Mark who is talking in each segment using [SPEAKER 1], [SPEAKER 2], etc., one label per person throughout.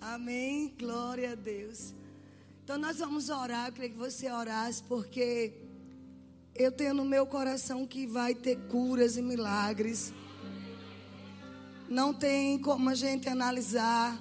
[SPEAKER 1] Amém, glória a Deus. Então nós vamos orar, eu queria que você orasse, porque eu tenho no meu coração que vai ter curas e milagres. Não tem como a gente analisar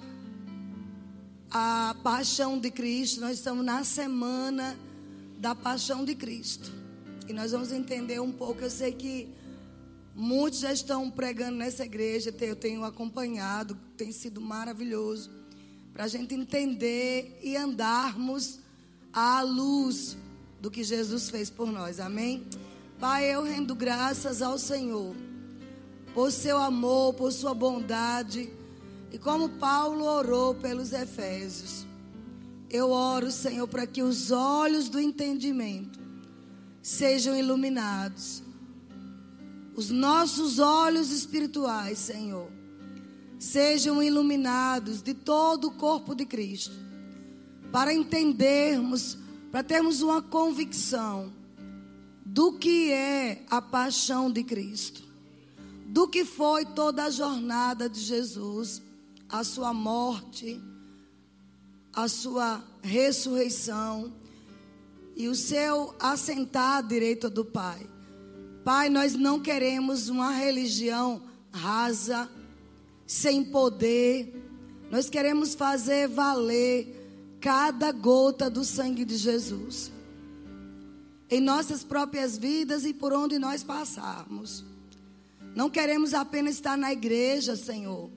[SPEAKER 1] a paixão de Cristo. Nós estamos na semana da paixão de Cristo. E nós vamos entender um pouco. Eu sei que muitos já estão pregando nessa igreja. Eu tenho acompanhado, tem sido maravilhoso. Para a gente entender e andarmos à luz do que Jesus fez por nós. Amém? Pai, eu rendo graças ao Senhor por seu amor, por sua bondade. E como Paulo orou pelos Efésios, eu oro, Senhor, para que os olhos do entendimento sejam iluminados. Os nossos olhos espirituais, Senhor, sejam iluminados de todo o corpo de Cristo, para entendermos, para termos uma convicção do que é a paixão de Cristo, do que foi toda a jornada de Jesus, a sua morte, a sua ressurreição e o seu assentar à direita do Pai. Pai, nós não queremos uma religião rasa, sem poder. Nós queremos fazer valer cada gota do sangue de Jesus em nossas próprias vidas e por onde nós passarmos. Não queremos apenas estar na igreja, Senhor,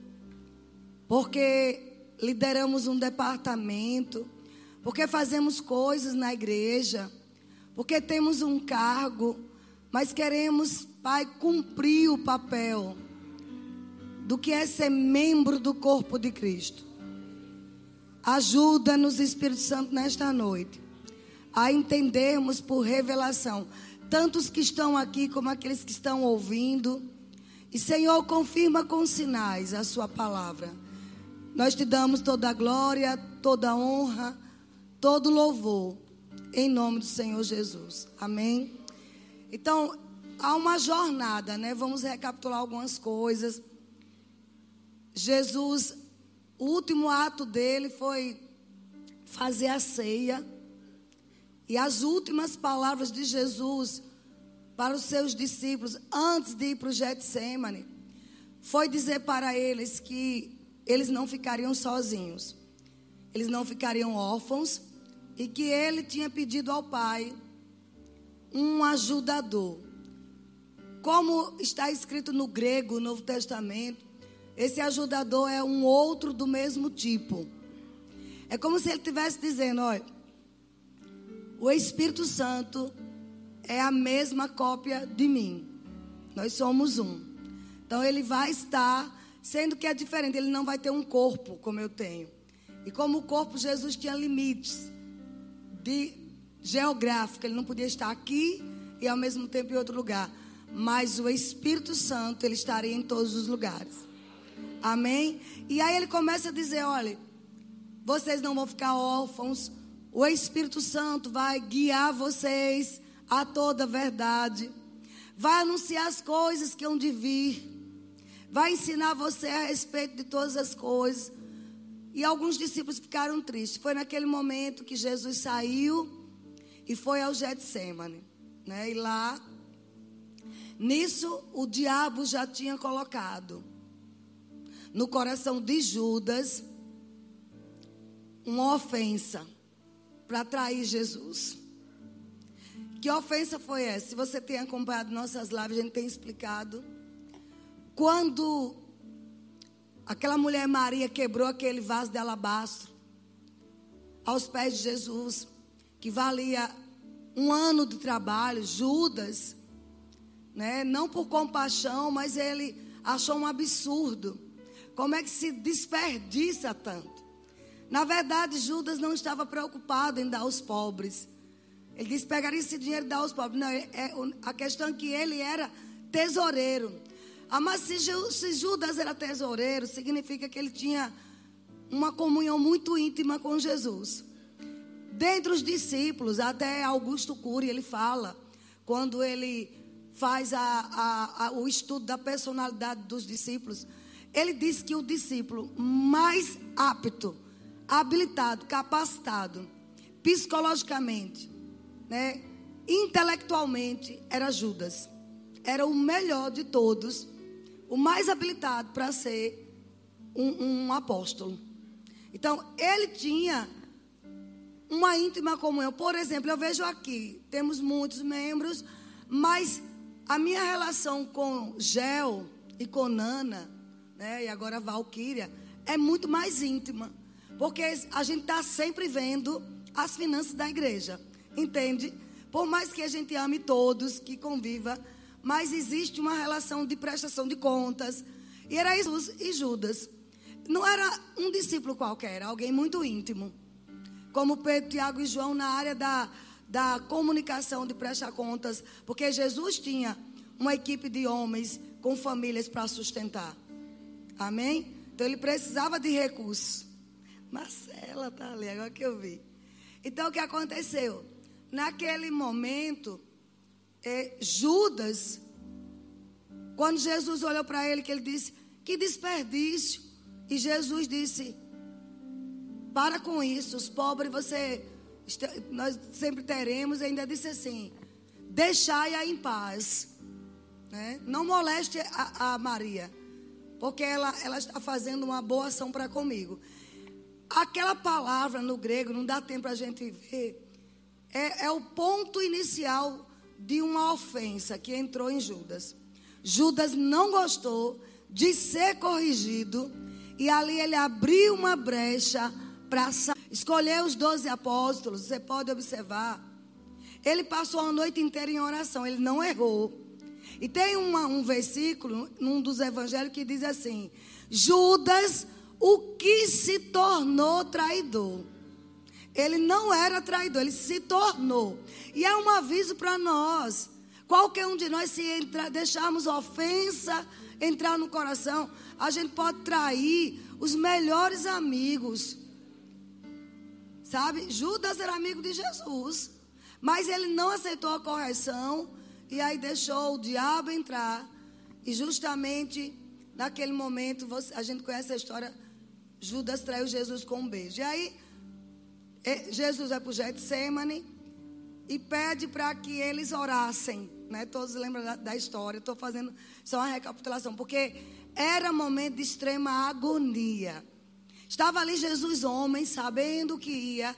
[SPEAKER 1] porque lideramos um departamento, porque fazemos coisas na igreja, porque temos um cargo, mas queremos, Pai, cumprir o papel do que é ser membro do corpo de Cristo. Ajuda-nos, Espírito Santo, nesta noite, a entendermos por revelação, tanto os que estão aqui como aqueles que estão ouvindo. E, Senhor, confirma com sinais a sua palavra. Nós te damos toda a glória, toda a honra, todo o louvor, em nome do Senhor Jesus. Amém? Então, há uma jornada, né? Vamos recapitular algumas coisas. Jesus, o último ato dele foi fazer a ceia. E as últimas palavras de Jesus para os seus discípulos, antes de ir para o Getsêmani, foi dizer para eles que eles não ficariam sozinhos. Eles não ficariam órfãos. E que ele tinha pedido ao Pai um ajudador. Como está escrito no grego, no Novo Testamento, esse ajudador é um outro do mesmo tipo. É como se ele estivesse dizendo, olha, o Espírito Santo é a mesma cópia de mim. Nós somos um. Então ele vai estar, sendo que é diferente, ele não vai ter um corpo como eu tenho. E como o corpo, Jesus tinha limites geográficos, ele não podia estar aqui e ao mesmo tempo em outro lugar. Mas o Espírito Santo, ele estaria em todos os lugares. Amém? E aí ele começa a dizer, olha, vocês não vão ficar órfãos. O Espírito Santo vai guiar vocês a toda a verdade. Vai anunciar as coisas que hão de vir. Vai ensinar você a respeito de todas as coisas. E alguns discípulos ficaram tristes. Foi naquele momento que Jesus saiu e foi ao Getsêmani, né? E lá, nisso, o diabo já tinha colocado no coração de Judas uma ofensa para atrair Jesus. Que ofensa foi essa? Se você tem acompanhado nossas lives, a gente tem explicado. Quando aquela mulher Maria quebrou aquele vaso de alabastro aos pés de Jesus, que valia um ano de trabalho, Judas, né? Não por compaixão, mas ele achou um absurdo. Como é que se desperdiça tanto? Na verdade, Judas não estava preocupado em dar aos pobres. Ele disse, pegaria esse dinheiro e dar aos pobres. Não, a questão é que ele era tesoureiro. Mas se Judas era tesoureiro, significa que ele tinha uma comunhão muito íntima com Jesus. Dentre os discípulos, até Augusto Cury, ele fala, quando ele faz o estudo da personalidade dos discípulos, ele diz que o discípulo mais apto habilitado, capacitado, psicologicamente, né, intelectualmente, era Judas. Era o melhor de todos, o mais habilitado para ser um apóstolo. Então, ele tinha uma íntima comunhão. Por exemplo, eu vejo aqui, temos muitos membros, mas a minha relação com Gel e com Nana, né, e agora Valquíria, é muito mais íntima. Porque a gente está sempre vendo as finanças da igreja, entende? Por mais que a gente ame todos, que conviva, mas existe uma relação de prestação de contas. E era Jesus e Judas. Não era um discípulo qualquer, era alguém muito íntimo. Como Pedro, Tiago e João na área da comunicação, de prestar contas. Porque Jesus tinha uma equipe de homens com famílias para sustentar. Amém? Então ele precisava de recursos. Marcela está ali, agora que eu vi. Então o que aconteceu? Naquele momento, Judas, quando Jesus olhou para ele, que ele disse, que desperdício. E Jesus disse, para com isso, os pobres nós sempre teremos. E ainda disse assim, deixai-a em paz, né? Não moleste a Maria, porque ela está fazendo uma boa ação para comigo. Aquela palavra no grego, não dá tempo para a gente ver, é o ponto inicial de uma ofensa que entrou em Judas. Judas não gostou de ser corrigido, e ali ele abriu uma brecha para escolher os 12 apóstolos. Você pode observar, ele passou a noite inteira em oração, ele não errou. E tem um versículo num dos evangelhos que diz assim, Judas, o que se tornou traidor. Ele não era traidor, ele se tornou. E é um aviso para nós. Qualquer um de nós, se deixarmos ofensa entrar no coração, a gente pode trair os melhores amigos. Sabe? Judas era amigo de Jesus, mas ele não aceitou a correção e aí deixou o diabo entrar. E justamente naquele momento, a gente conhece a história, Judas traiu Jesus com um beijo. E aí Jesus vai para o Getsemane e pede para que eles orassem, né? Todos lembram da história. Estou fazendo só uma recapitulação, porque era momento de extrema agonia. Estava ali Jesus, homem, sabendo que ia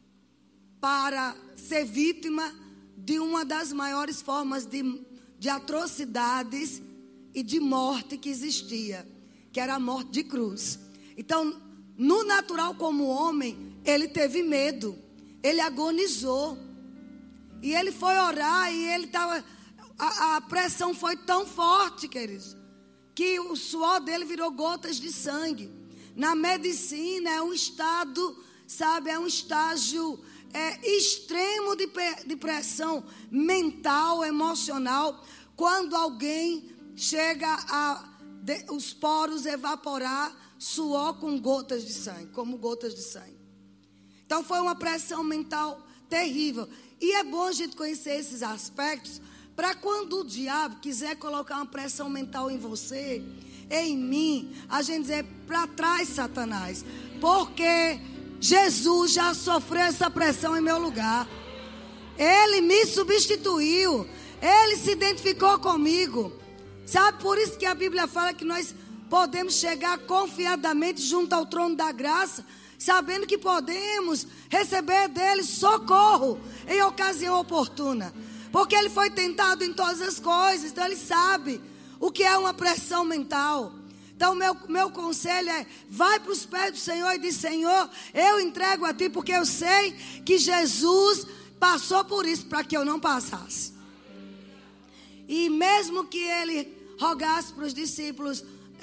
[SPEAKER 1] para ser vítima de uma das maiores formas de atrocidades e de morte que existia, que era a morte de cruz. Então, no natural como homem, ele teve medo, ele agonizou. E ele foi orar e ele estava... A pressão foi tão forte, queridos, que o suor dele virou gotas de sangue. Na medicina é um estado, sabe, é um estágio extremo de pressão mental, emocional, quando alguém chega os poros evaporar, suor com gotas de sangue, como gotas de sangue. Então foi uma pressão mental terrível. E é bom a gente conhecer esses aspectos, para quando o diabo quiser colocar uma pressão mental em você, em mim, a gente dizer, para trás, Satanás, porque Jesus já sofreu essa pressão em meu lugar. Ele me substituiu, ele se identificou comigo. Sabe, por isso que a Bíblia fala que nós podemos chegar confiadamente junto ao trono da graça, sabendo que podemos receber dele socorro em ocasião oportuna. Porque ele foi tentado em todas as coisas, então ele sabe o que é uma pressão mental. Então meu conselho é, vai para os pés do Senhor e diz, Senhor, eu entrego a ti, porque eu sei que Jesus passou por isso para que eu não passasse. E mesmo que ele rogasse para os discípulos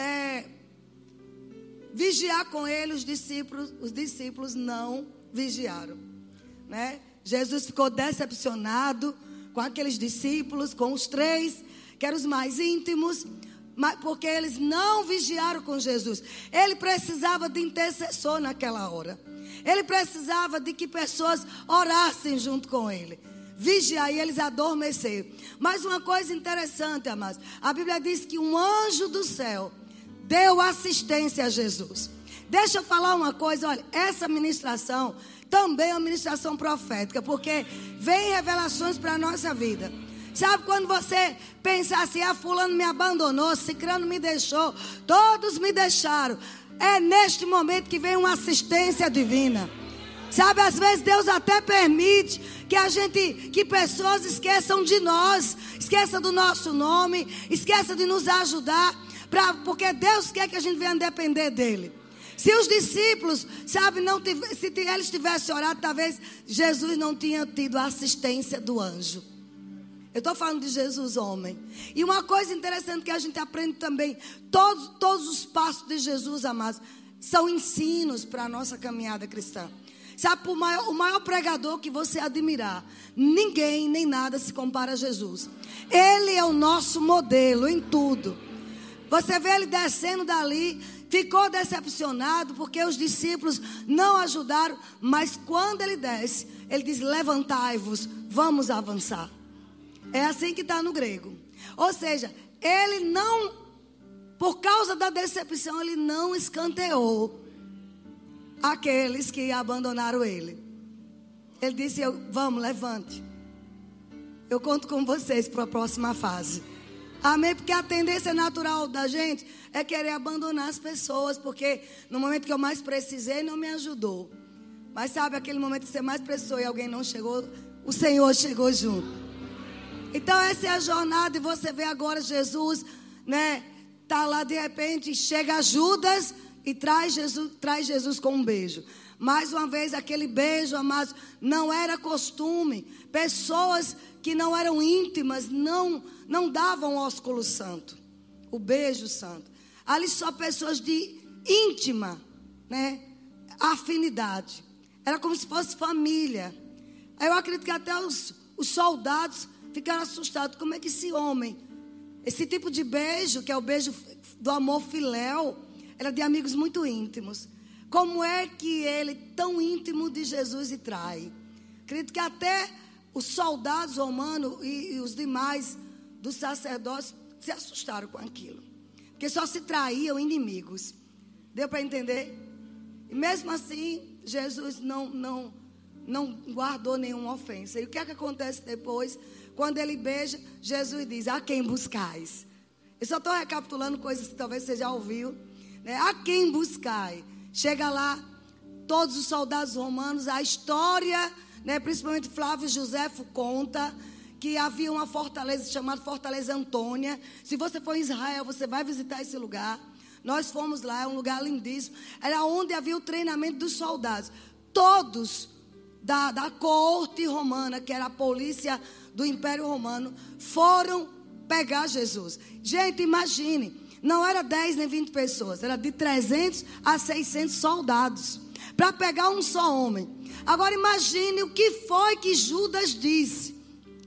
[SPEAKER 1] vigiar com ele, os discípulos não vigiaram, né? Jesus ficou decepcionado com aqueles discípulos, com os 3, que eram os mais íntimos, porque eles não vigiaram com Jesus. Ele precisava de intercessor naquela hora. Ele precisava de que pessoas orassem junto com ele. Vigiar, e eles adormeceram. Mas uma coisa interessante, amados, a Bíblia diz que um anjo do céu deu assistência a Jesus. Deixa eu falar uma coisa, olha, essa ministração também é uma ministração profética, porque vem revelações para a nossa vida. Sabe quando você pensa assim, fulano me abandonou, cicrano me deixou, todos me deixaram. É neste momento que vem uma assistência divina. Sabe, às vezes Deus até permite que pessoas esqueçam de nós, esqueçam do nosso nome, esqueçam de nos ajudar, porque Deus quer que a gente venha depender dele. Se os discípulos, sabe, se eles tivessem orado, talvez Jesus não tinha tido a assistência do anjo. Eu estou falando de Jesus, homem. E uma coisa interessante que a gente aprende também, todos os passos de Jesus, amados, são ensinos para a nossa caminhada cristã. Sabe, o maior pregador que você admirar, ninguém nem nada se compara a Jesus. Ele é o nosso modelo em tudo. Você vê ele descendo dali, ficou decepcionado porque os discípulos não ajudaram, mas quando ele desce, ele diz: levantai-vos, vamos avançar. É assim que está no grego. Ou seja, ele não, por causa da decepção, ele não escanteou aqueles que abandonaram ele. Ele disse: vamos, levante. Eu conto com vocês para a próxima fase. Amém? Porque a tendência natural da gente é querer abandonar as pessoas, porque no momento que eu mais precisei, não me ajudou. Mas sabe, aquele momento que você mais precisou e alguém não chegou, o Senhor chegou junto. Então essa é a jornada, e você vê agora Jesus, né? Tá lá de repente, chega Judas e traz Jesus com um beijo. Mais uma vez, aquele beijo, amados, não era costume. Pessoas que não eram íntimas não davam ósculo santo, o beijo santo. Ali só pessoas de íntima, né, afinidade. Era como se fosse família. Eu acredito que até os soldados ficaram assustados. Como é que esse homem, esse tipo de beijo, que é o beijo do amor filéu, era de amigos muito íntimos. Como é que ele, tão íntimo de Jesus, e trai? Acredito que até os soldados romanos e os demais dos sacerdotes se assustaram com aquilo. Porque só se traíam inimigos. Deu para entender? E mesmo assim, Jesus não guardou nenhuma ofensa. E o que é que acontece depois? Quando ele beija, Jesus diz: a quem buscais? Eu só estou recapitulando coisas que talvez você já ouviu, né? A quem buscai? Chega lá, todos os soldados romanos, a história, né, principalmente Flávio Joséfo conta que havia uma fortaleza chamada Fortaleza Antônia. Se você for em Israel, você vai visitar esse lugar. Nós fomos lá, é um lugar lindíssimo. Era onde havia o treinamento dos soldados. Todos da corte romana, que era a polícia do Império Romano, foram pegar Jesus. Gente, imagine, não era 10 nem 20 pessoas, era de 300 a 600 soldados, para pegar um só homem. Agora imagine o que foi que Judas disse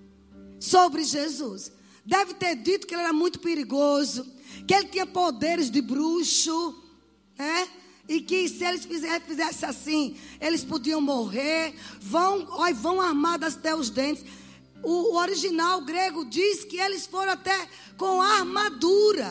[SPEAKER 1] sobre Jesus. Deve ter dito que ele era muito perigoso, que ele tinha poderes de bruxo, né? E que se eles fizessem assim, eles podiam morrer. Vão armados até os dentes. O original grego diz que eles foram até com armadura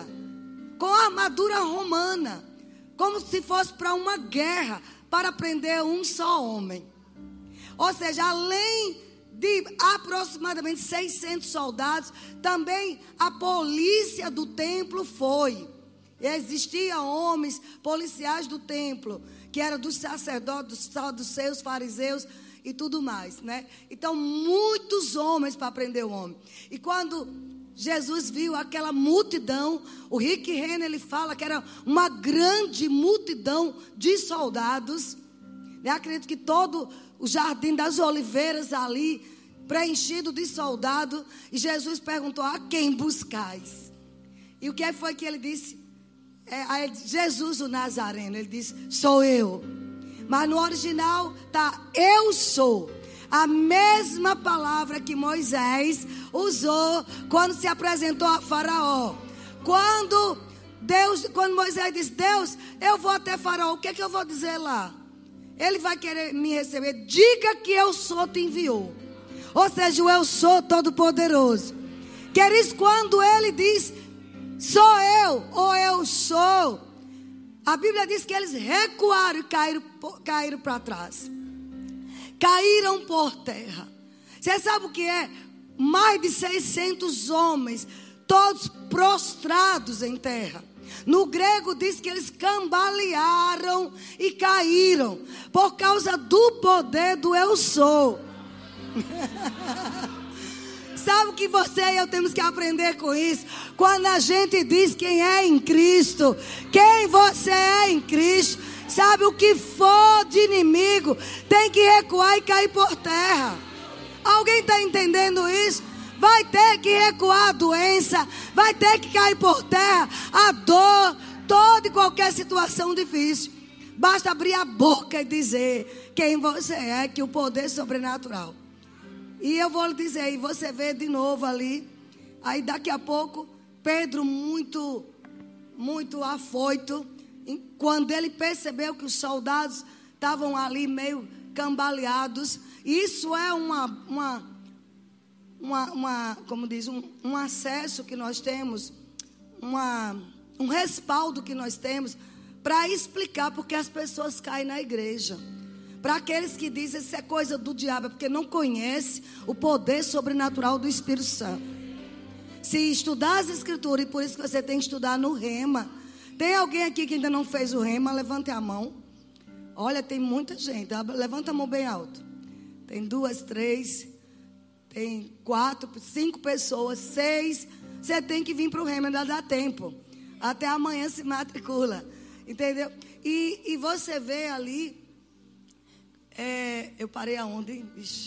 [SPEAKER 1] romana, como se fosse para uma guerra, para prender um só homem. Ou seja, além de aproximadamente 600 soldados, também a polícia do templo foi. Existiam homens policiais do templo, que eram dos sacerdotes, dos saduceus, fariseus e tudo mais, né? Então, muitos homens para prender o homem. E quando Jesus viu aquela multidão, o Rick Renner, ele fala que era uma grande multidão de soldados. Eu acredito que todo o Jardim das Oliveiras ali, preenchido de soldados. E Jesus perguntou: a quem buscais? E o que foi que ele disse? Jesus o Nazareno. Ele disse: sou eu. Mas no original está: eu sou. A mesma palavra que Moisés usou quando se apresentou a Faraó. Quando Moisés disse: Deus, eu vou até Faraó, o que é que eu vou dizer lá? Ele vai querer me receber. Diga que eu sou te enviou. Ou seja, o eu sou todo poderoso. Queridos, quando ele diz sou eu, ou eu sou, A Bíblia diz que eles recuaram e caíram para trás. Caíram por terra. Você sabe o que é? Mais de 600 homens, todos prostrados em terra. No grego diz que eles cambalearam e caíram por causa do poder do eu sou. Sabe o que você e eu temos que aprender com isso? Quando a gente diz quem é em Cristo, quem você é em Cristo, sabe, o que for de inimigo tem que recuar e cair por terra. Alguém está entendendo isso? Vai ter que recuar a doença, vai ter que cair por terra a dor, toda e qualquer situação difícil. Basta abrir a boca e dizer quem você é, que o poder sobrenatural. E eu vou lhe dizer, e você vê de novo ali, aí daqui a pouco, Pedro muito afoito, quando ele percebeu que os soldados estavam ali meio cambaleados. Isso é como diz, um acesso que nós temos, um respaldo que nós temos para explicar porque as pessoas caem na igreja. Para aqueles que dizem isso é coisa do diabo, é porque não conhece o poder sobrenatural do Espírito Santo. Se estudar as escrituras, e por isso que você tem que estudar no rema. Tem alguém aqui que ainda não fez o rema? Levante a mão. Olha, tem muita gente. Levanta a mão bem alto. Tem 2, 3, tem 4, 5 pessoas, 6. Você tem que vir para o rema, ainda dá tempo. Até amanhã se matricula. Entendeu? E você vê ali. Eu parei aonde?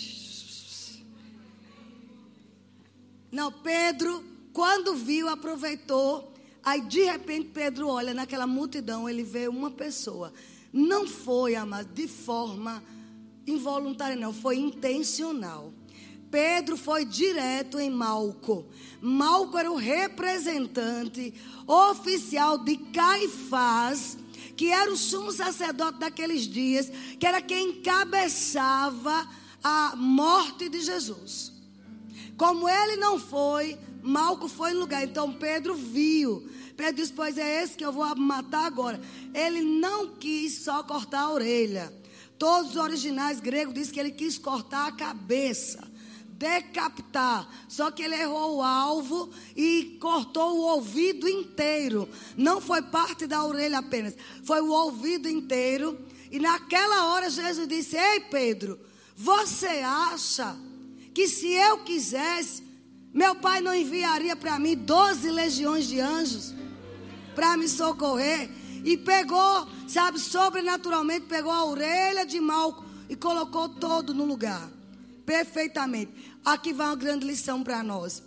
[SPEAKER 1] Não, Pedro, quando viu, aproveitou. Aí de repente Pedro olha naquela multidão, ele vê uma pessoa. Não foi, amado, de forma involuntária, não, foi intencional. Pedro foi direto em Malco. Malco era o representante oficial de Caifás, que era o sumo sacerdote daqueles dias, que era quem encabeçava a morte de Jesus. Como ele não foi, Malco foi no lugar. Então Pedro viu. Pedro disse, pois é esse que eu vou matar agora. Ele não quis só cortar a orelha. Todos os originais gregos dizem que ele quis cortar a cabeça, decapitar. Só que ele errou o alvo e cortou o ouvido inteiro. Não foi parte da orelha apenas, foi o ouvido inteiro. E naquela hora Jesus disse, ei Pedro, você acha que se eu quisesse, meu pai não enviaria para mim 12 legiões de anjos para me socorrer? E pegou, sabe, sobrenaturalmente pegou a orelha de Malco e colocou todo no lugar. Perfeitamente. Aqui vai uma grande lição para nós.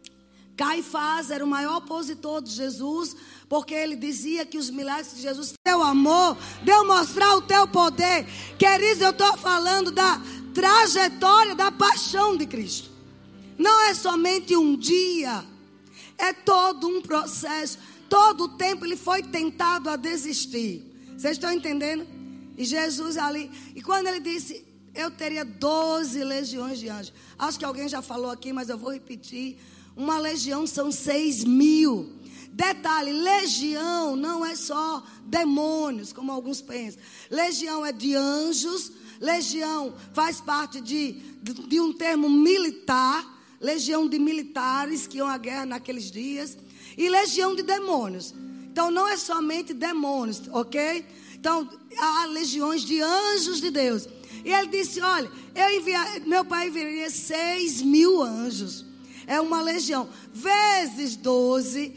[SPEAKER 1] Caifás era o maior opositor de Jesus, porque ele dizia que os milagres de Jesus, teu amor, deu mostrar o teu poder. Queridos, eu estou falando da trajetória da paixão de Cristo. Não é somente um dia, é todo um processo. Todo o tempo ele foi tentado a desistir. Vocês estão entendendo? E Jesus ali, e quando ele disse, eu teria 12 legiões de anjos. Acho que alguém já falou aqui, mas eu vou repetir. Uma legião são 6.000. Detalhe, legião não é só demônios, como alguns pensam. Legião é de anjos. Legião faz parte de um termo militar. Legião de militares que iam à guerra naqueles dias. E legião de demônios. Então não é somente demônios, ok? Então há legiões de anjos de Deus. E ele disse, olha, meu pai enviaria 6.000 anjos. É uma legião. Vezes 12,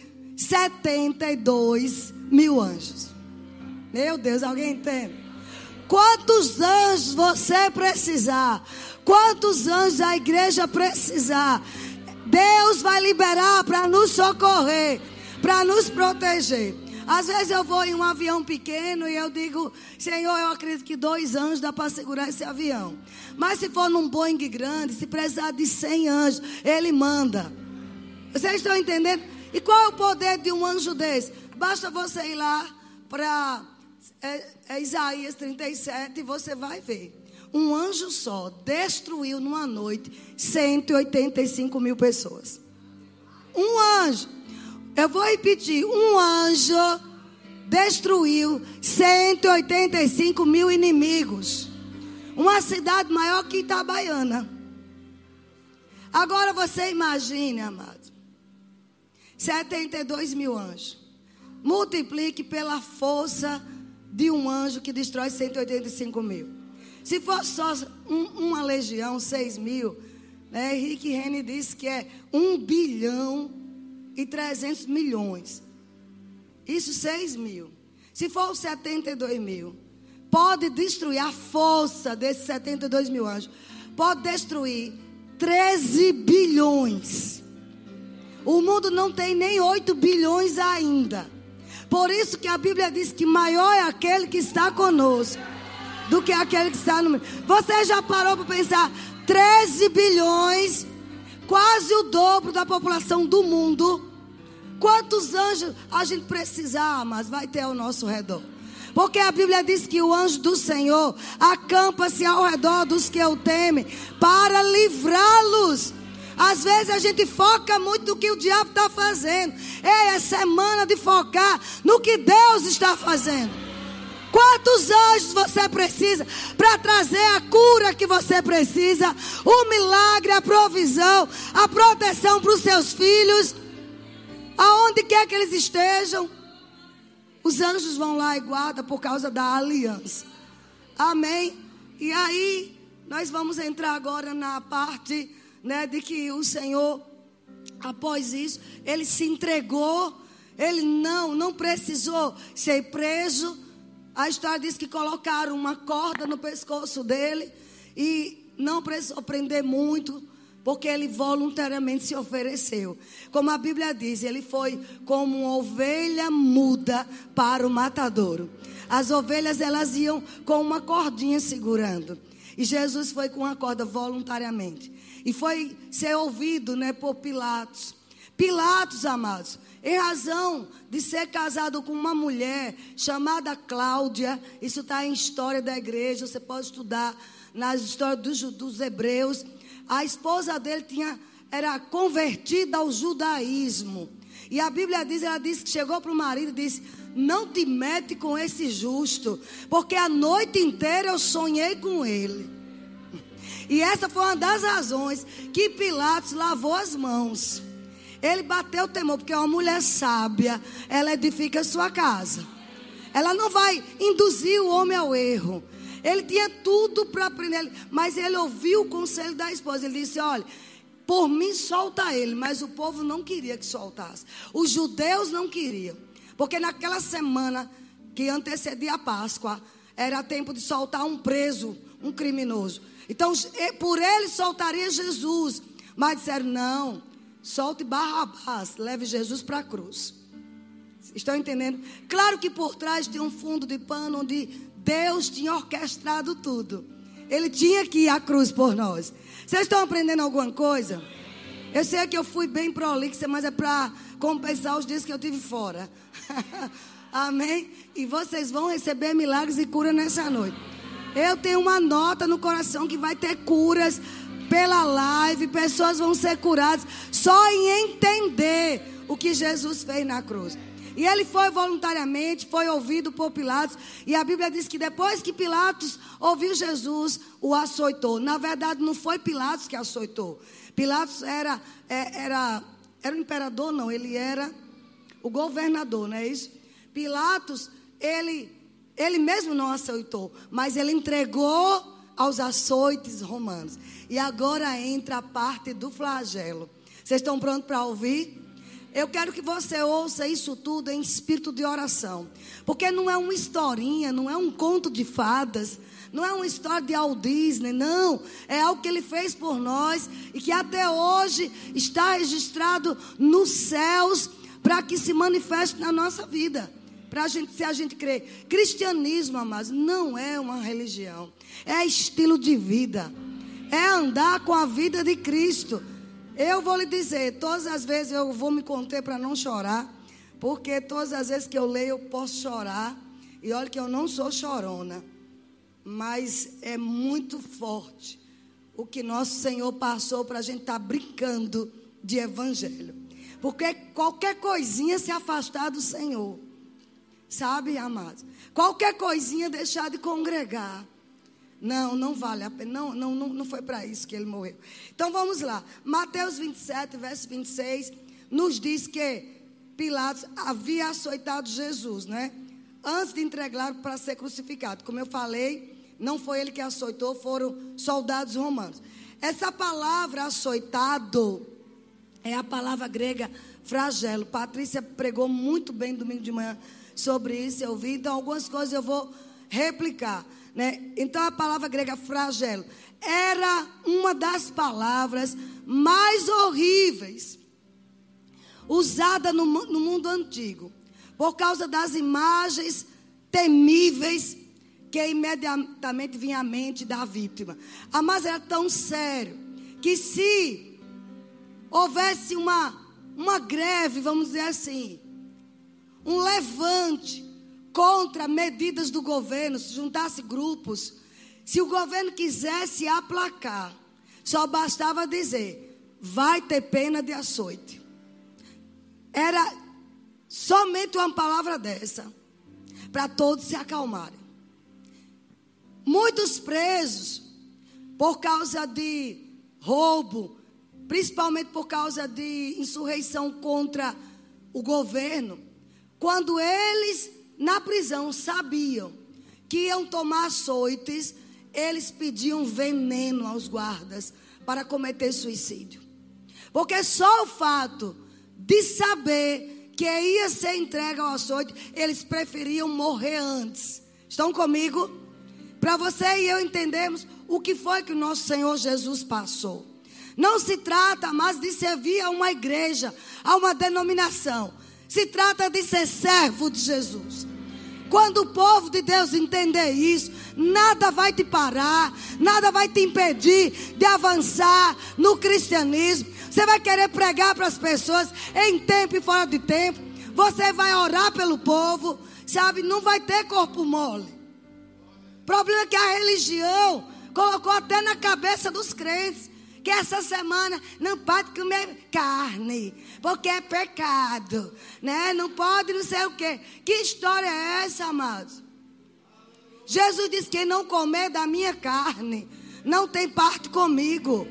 [SPEAKER 1] 72.000 anjos. Meu Deus, alguém entende? Quantos anjos você precisar? Quantos anjos a igreja precisar? Deus vai liberar para nos socorrer, para nos proteger. Às vezes eu vou em um avião pequeno e eu digo, Senhor, eu acredito que 2 anjos dá para segurar esse avião. Mas se for num Boeing grande, se precisar de 100 anjos, Ele manda. Vocês estão entendendo? E qual é o poder de um anjo desse? Basta você ir lá para Isaías 37 e você vai ver. Um anjo só destruiu numa noite 185.000 pessoas. Um anjo. Eu vou repetir. Um anjo destruiu 185 mil inimigos. Uma cidade maior que Itabaiana. Agora você imagine, amado, 72 mil anjos. Multiplique pela força de um anjo que destrói 185 mil. Se fosse só uma legião, 6 mil, né? Rick Renner disse que é 1 bilhão e 300 milhões. Isso 6 mil. Se for os 72 mil, pode destruir a força desses 72 mil anjos. Pode destruir 13 bilhões. O mundo não tem nem 8 bilhões ainda. Por isso que a Bíblia diz que maior é aquele que está conosco do que aquele que está no mundo. Você já parou para pensar? 13 bilhões, quase o dobro da população do mundo. Quantos anjos a gente precisar, mas vai ter ao nosso redor? Porque a Bíblia diz que o anjo do Senhor acampa-se ao redor dos que o temem para livrá-los. Às vezes a gente foca muito no que o diabo está fazendo. É semana de focar no que Deus está fazendo. Quantos anjos você precisa para trazer a cura que você precisa, o milagre, a provisão, a proteção para os seus filhos, aonde quer que eles estejam? Os anjos vão lá e guardam por causa da aliança. Amém? E aí, nós vamos entrar agora na parte, né, de que o Senhor, após isso, ele se entregou. Ele não precisou ser preso. A história diz que colocaram uma corda no pescoço dele e não precisou prender muito, porque ele voluntariamente se ofereceu. Como a Bíblia diz, ele foi como uma ovelha muda para o matadouro. As ovelhas, elas iam com uma cordinha segurando. E Jesus foi com a corda voluntariamente. E foi ser ouvido, né, por Pilatos. Pilatos, amados, em razão de ser casado com uma mulher chamada Cláudia. Isso está em história da igreja. Você pode estudar nas histórias dos hebreus. A esposa dele era convertida ao judaísmo. E a Bíblia diz, ela disse que chegou para o marido e disse: não te mete com esse justo, porque a noite inteira eu sonhei com ele. E essa foi uma das razões que Pilatos lavou as mãos. Ele bateu o temor, porque uma mulher sábia, ela edifica a sua casa. Ela não vai induzir o homem ao erro. Ele tinha tudo para aprender, mas ele ouviu o conselho da esposa. Ele disse: olha, por mim solta ele. Mas o povo não queria que soltasse. Os judeus não queriam. Porque naquela semana que antecedia a Páscoa, era tempo de soltar um preso, um criminoso. Então, por ele soltaria Jesus. Mas disseram: não, solte Barrabás, leve Jesus para a cruz. Estão entendendo? Claro que por trás tem um fundo de pano onde Deus tinha orquestrado tudo. Ele tinha que ir à cruz por nós. Vocês estão aprendendo alguma coisa? Eu sei que eu fui bem prolixa, mas é para compensar os dias que eu tive fora. Amém? E vocês vão receber milagres e cura nessa noite. Eu tenho uma nota no coração que vai ter curas pela live. Pessoas vão ser curadas só em entender o que Jesus fez na cruz. E ele foi voluntariamente, foi ouvido por Pilatos. E a Bíblia diz que depois que Pilatos ouviu Jesus, o açoitou. Na verdade, não foi Pilatos que açoitou. Pilatos era o imperador, não. Ele era o governador, não é isso? Pilatos, ele mesmo não açoitou, mas ele entregou aos açoites romanos. E agora entra a parte do flagelo. Vocês estão prontos para ouvir? Eu quero que você ouça isso tudo em espírito de oração. Porque não é uma historinha, não é um conto de fadas, não é uma história de Walt Disney, não. É algo que ele fez por nós e que até hoje está registrado nos céus para que se manifeste na nossa vida. Se a gente crer. Cristianismo, amados, não é uma religião. É estilo de vida. É andar com a vida de Cristo. Eu vou lhe dizer, todas as vezes eu vou me conter para não chorar, porque todas as vezes que eu leio eu posso chorar, e olha que eu não sou chorona, mas é muito forte o que nosso Senhor passou para a gente estar brincando de evangelho, porque qualquer coisinha se afastar do Senhor, Sabe, amados? Qualquer coisinha deixar de congregar. Não vale a pena. Não foi para isso que ele morreu. Então vamos lá. Mateus 27, verso 26, nos diz que Pilatos havia açoitado Jesus, né? Antes de entregá-lo para ser crucificado. Como eu falei, não foi ele que açoitou, foram soldados romanos. Essa palavra açoitado é a palavra grega flagelo. Patrícia pregou muito bem domingo de manhã sobre isso, eu vi. Então algumas coisas eu vou replicar, né? Então a palavra grega flagelo era uma das palavras mais horríveis usada no mundo antigo, por causa das imagens temíveis que imediatamente vinha à mente da vítima. Mas era tão sério que se houvesse uma greve, vamos dizer assim, um levante contra medidas do governo, se juntasse grupos, se o governo quisesse aplacar, só bastava dizer: vai ter pena de açoite. Era somente uma palavra dessa, para todos se acalmarem. Muitos presos, por causa de roubo, principalmente por causa de insurreição contra o governo, quando eles, na prisão, sabiam que iam tomar açoites, eles pediam veneno aos guardas para cometer suicídio. Porque só o fato de saber que ia ser entregue ao açoite, eles preferiam morrer antes. Estão comigo? Para você e eu entendermos o que foi que o nosso Senhor Jesus passou. Não se trata mais de servir a uma igreja, a uma denominação. Se trata de ser servo de Jesus. Quando o povo de Deus entender isso, nada vai te parar, nada vai te impedir de avançar no cristianismo. Você vai querer pregar para as pessoas em tempo e fora de tempo. Você vai orar pelo povo, sabe? Não vai ter corpo mole. O problema é que a religião colocou até na cabeça dos crentes que essa semana não pode comer carne, porque é pecado, né? Não pode não sei o quê. Que história é essa, amados? Jesus disse: quem não comer da minha carne não tem parte comigo.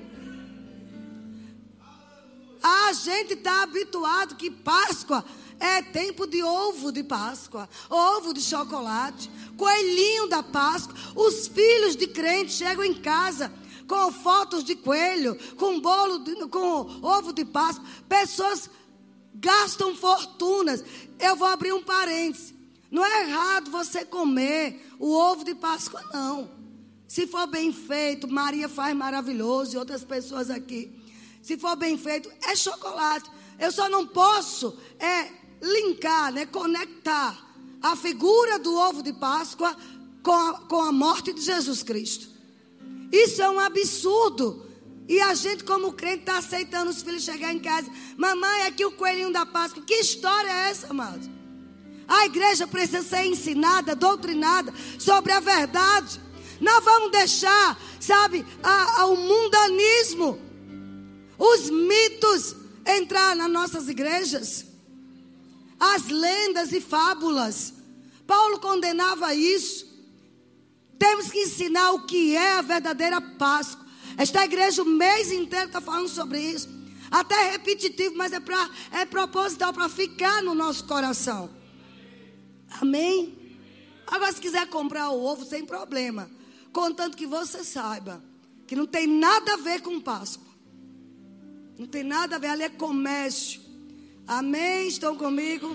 [SPEAKER 1] A gente está habituado que Páscoa é tempo de ovo de Páscoa, ovo de chocolate, coelhinho da Páscoa. Os filhos de crentes chegam em casa com fotos de coelho, com bolo, com ovo de Páscoa. Pessoas gastam fortunas. Eu vou abrir um parêntese. Não é errado você comer o ovo de Páscoa, não. Se for bem feito, Maria faz maravilhoso e outras pessoas aqui. Se for bem feito, é chocolate. Eu só não posso linkar, né, conectar a figura do ovo de Páscoa com a morte de Jesus Cristo. Isso é um absurdo. E a gente, como crente, está aceitando os filhos chegar em casa. Mamãe, aqui o coelhinho da Páscoa. Que história é essa, amados? A igreja precisa ser ensinada, doutrinada sobre a verdade. Não vamos deixar, sabe, o mundanismo, os mitos entrar nas nossas igrejas. As lendas e fábulas. Paulo condenava isso. Temos que ensinar o que é a verdadeira Páscoa. Esta igreja o mês inteiro está falando sobre isso. Até repetitivo, mas é proposital para ficar no nosso coração. Amém? Agora, se quiser comprar o ovo, sem problema. Contanto que você saiba que não tem nada a ver com Páscoa. Não tem nada a ver, ali é comércio. Amém? Estão comigo?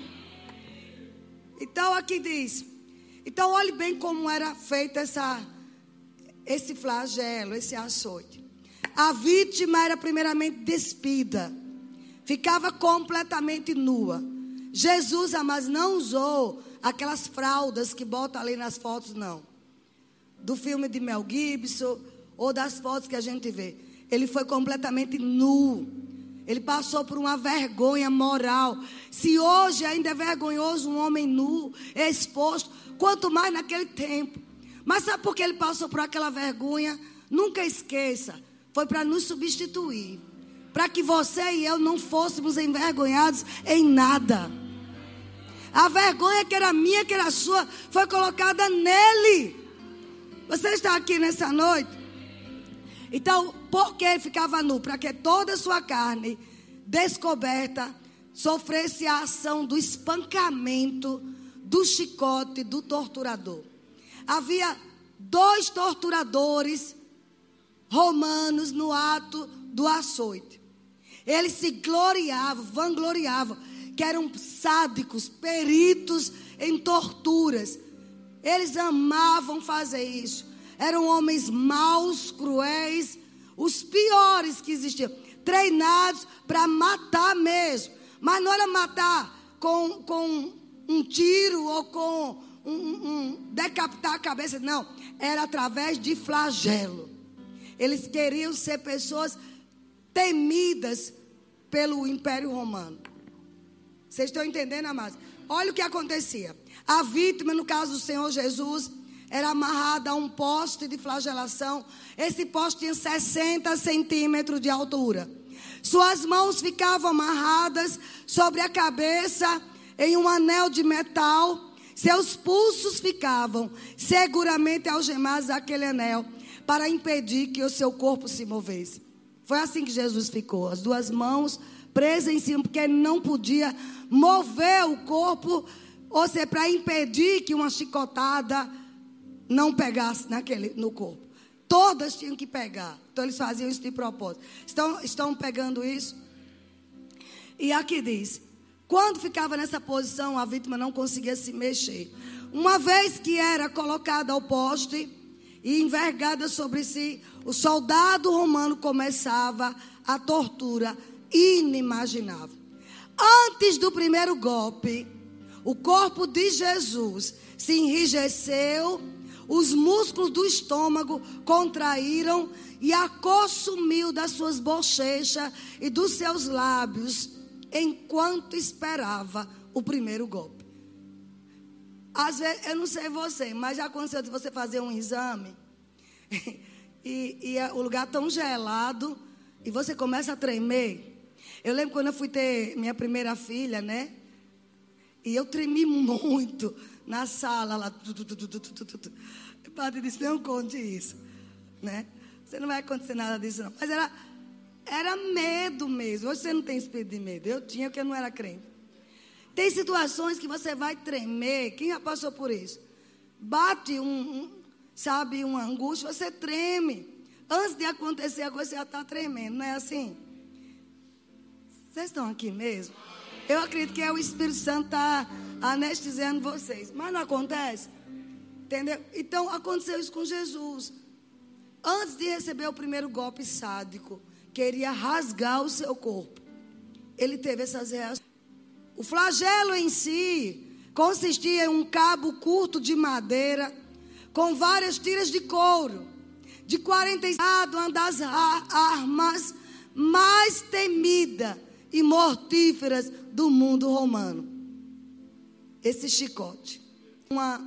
[SPEAKER 1] Então aqui diz. Então olhe bem como era feito esse flagelo, esse açoite. A vítima era primeiramente despida. Ficava completamente nua. Jesus, mas não usou aquelas fraldas que botam ali nas fotos, não. Do filme de Mel Gibson ou das fotos que a gente vê. Ele foi completamente nu. Ele passou por uma vergonha moral. Se hoje ainda é vergonhoso um homem nu, exposto, quanto mais naquele tempo. Mas sabe por que ele passou por aquela vergonha? Nunca esqueça. Foi para nos substituir. Para que você e eu não fôssemos envergonhados em nada. A vergonha que era minha, que era sua, foi colocada nele. Você está aqui nessa noite? Então, por que ele ficava nu? Para que toda a sua carne descoberta sofresse a ação do espancamento, do chicote, do torturador. Havia 2 torturadores romanos no ato do açoite. Eles se gloriavam, vangloriavam, que eram sádicos, peritos em torturas. Eles amavam fazer isso. Eram homens maus, cruéis, os piores que existiam, treinados para matar mesmo. Mas não era matar com um tiro ou com decapitar a cabeça, não. Era através de flagelo. Eles queriam ser pessoas temidas pelo Império Romano. Vocês estão entendendo, amados? Olha o que acontecia. A vítima, no caso do Senhor Jesus, era amarrada a um poste de flagelação. Esse poste tinha 60 centímetros de altura. Suas mãos ficavam amarradas sobre a cabeça em um anel de metal. Seus pulsos ficavam seguramente algemados àquele anel para impedir que o seu corpo se movesse. Foi assim que Jesus ficou, as 2 mãos presas em cima, porque ele não podia mover o corpo, ou seja, para impedir que uma chicotada não pegasse no corpo. Todas tinham que pegar. Então eles faziam isso de propósito. Estão pegando isso? E aqui diz: quando ficava nessa posição, a vítima não conseguia se mexer. Uma vez que era colocada ao poste e envergada sobre si, o soldado romano começava a tortura inimaginável. Antes do primeiro golpe, o corpo de Jesus se enrijeceu, os músculos do estômago contraíram e a cor sumiu das suas bochechas e dos seus lábios enquanto esperava o primeiro golpe. Às vezes, eu não sei você, mas já aconteceu de você fazer um exame e o lugar tão gelado e você começa a tremer. Eu lembro quando eu fui ter minha primeira filha, né? E eu tremi muito na sala lá. O padre disse: não conte isso, né? Você não vai acontecer nada disso, não. Mas era medo mesmo. Hoje você não tem espírito de medo. Eu tinha, porque eu não era crente. Tem situações que você vai tremer. Quem já passou por isso? Bate uma angústia, você treme. Antes de acontecer a coisa, você já está tremendo. Não é assim? Vocês estão aqui mesmo? Eu acredito que o Espírito Santo está anestesiando vocês. Mas não acontece. Entendeu? Então, aconteceu isso com Jesus. Antes de receber o primeiro golpe sádico, queria rasgar o seu corpo. Ele teve essas reações. O flagelo em si consistia em um cabo curto de madeira com várias tiras de couro. De 45, uma das armas mais temidas e mortíferas do mundo romano. Esse chicote. Uma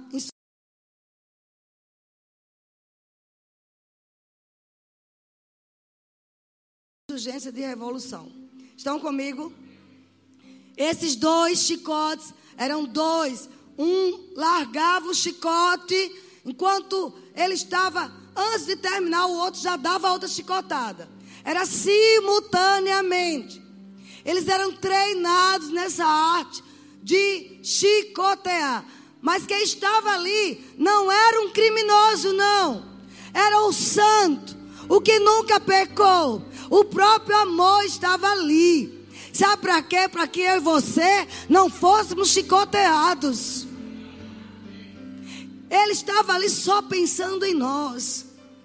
[SPEAKER 1] insurgência de revolução. Estão comigo? Esses 2 chicotes eram 2. Um largava o chicote, enquanto ele estava, antes de terminar, o outro já dava outra chicotada. Era simultaneamente. Eles eram treinados nessa arte de chicotear. Mas quem estava ali não era um criminoso, não. Era o santo, o que nunca pecou. O próprio amor estava ali. Sabe para quê? Para que eu e você não fôssemos chicoteados. Ele estava ali só pensando em nós.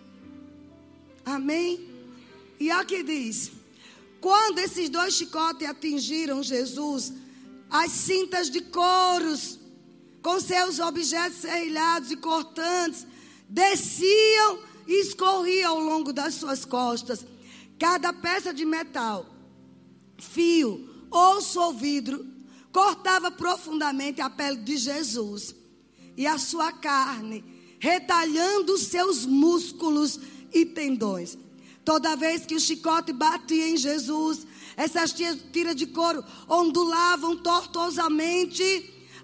[SPEAKER 1] Amém? E aqui diz: quando esses 2 chicotes atingiram Jesus, as cintas de couros, com seus objetos serrilhados e cortantes, desciam e escorriam ao longo das suas costas. Cada peça de metal, fio, osso ou vidro, cortava profundamente a pele de Jesus e a sua carne, retalhando os seus músculos e tendões. Toda vez que o chicote batia em Jesus, essas tiras de couro ondulavam tortuosamente,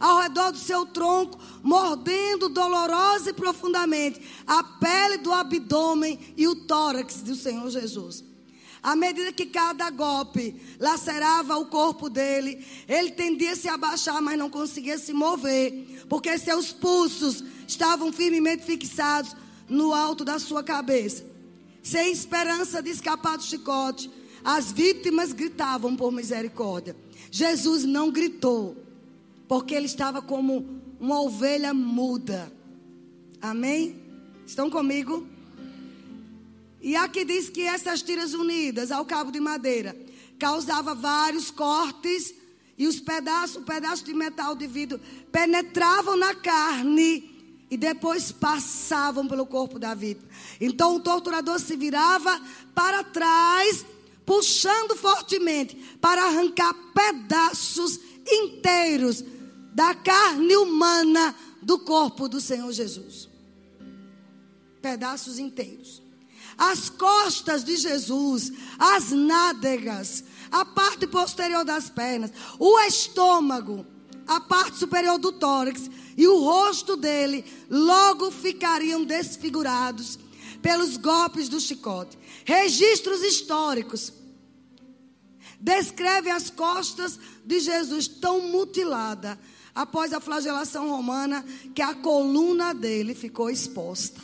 [SPEAKER 1] ao redor do seu tronco, mordendo dolorosa e profundamente a pele do abdômen e o tórax do Senhor Jesus. À medida que cada golpe lacerava o corpo dele, ele tendia a se abaixar, mas não conseguia se mover, porque seus pulsos estavam firmemente fixados no alto da sua cabeça. Sem esperança de escapar do chicote, as vítimas gritavam por misericórdia. Jesus não gritou, porque ele estava como uma ovelha muda. Amém? Estão comigo? E aqui diz que essas tiras unidas ao cabo de madeira causava vários cortes, e os pedaços de metal de vidro penetravam na carne e depois passavam pelo corpo da vítima. Então o torturador se virava para trás, puxando fortemente para arrancar pedaços inteiros da carne humana do corpo do Senhor Jesus. Pedaços inteiros. As costas de Jesus, as nádegas, a parte posterior das pernas, o estômago, a parte superior do tórax e o rosto dele logo ficariam desfigurados pelos golpes do chicote. Registros históricos descrevem as costas de Jesus tão mutilada após a flagelação romana que a coluna dele ficou exposta.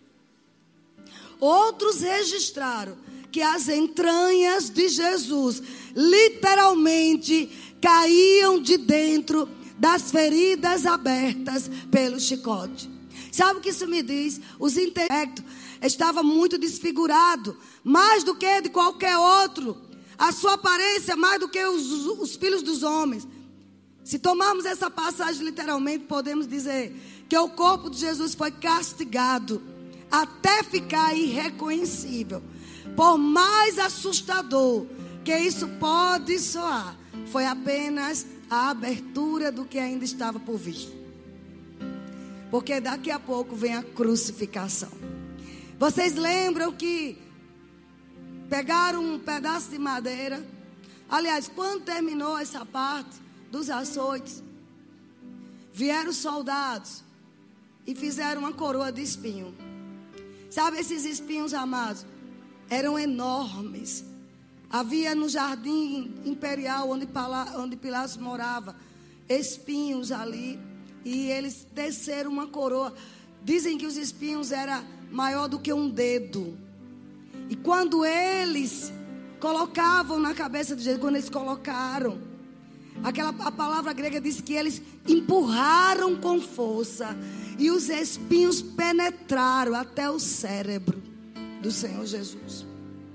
[SPEAKER 1] Outros registraram que as entranhas de Jesus literalmente caíam de dentro das feridas abertas pelo chicote. Sabe o que isso me diz? Os intelectos estavam muito desfigurados, mais do que de qualquer outro. A sua aparência mais do que os filhos dos homens. Se tomarmos essa passagem literalmente, podemos dizer que o corpo de Jesus foi castigado até ficar irreconhecível. Por mais assustador que isso pode soar, foi apenas a abertura do que ainda estava por vir. Porque daqui a pouco vem a crucificação. Vocês lembram que pegaram um pedaço de madeira? Aliás, quando terminou essa parte dos açoites, vieram os soldados e fizeram uma coroa de espinho. Sabe esses espinhos, amados? Eram enormes. Havia no jardim imperial, onde Pilatos morava, espinhos ali. E eles teceram uma coroa. Dizem que os espinhos eram maior do que um dedo. E quando eles colocavam na cabeça de Jesus, quando eles colocaram, a palavra grega diz que eles empurraram com força. E os espinhos penetraram até o cérebro do Senhor Jesus.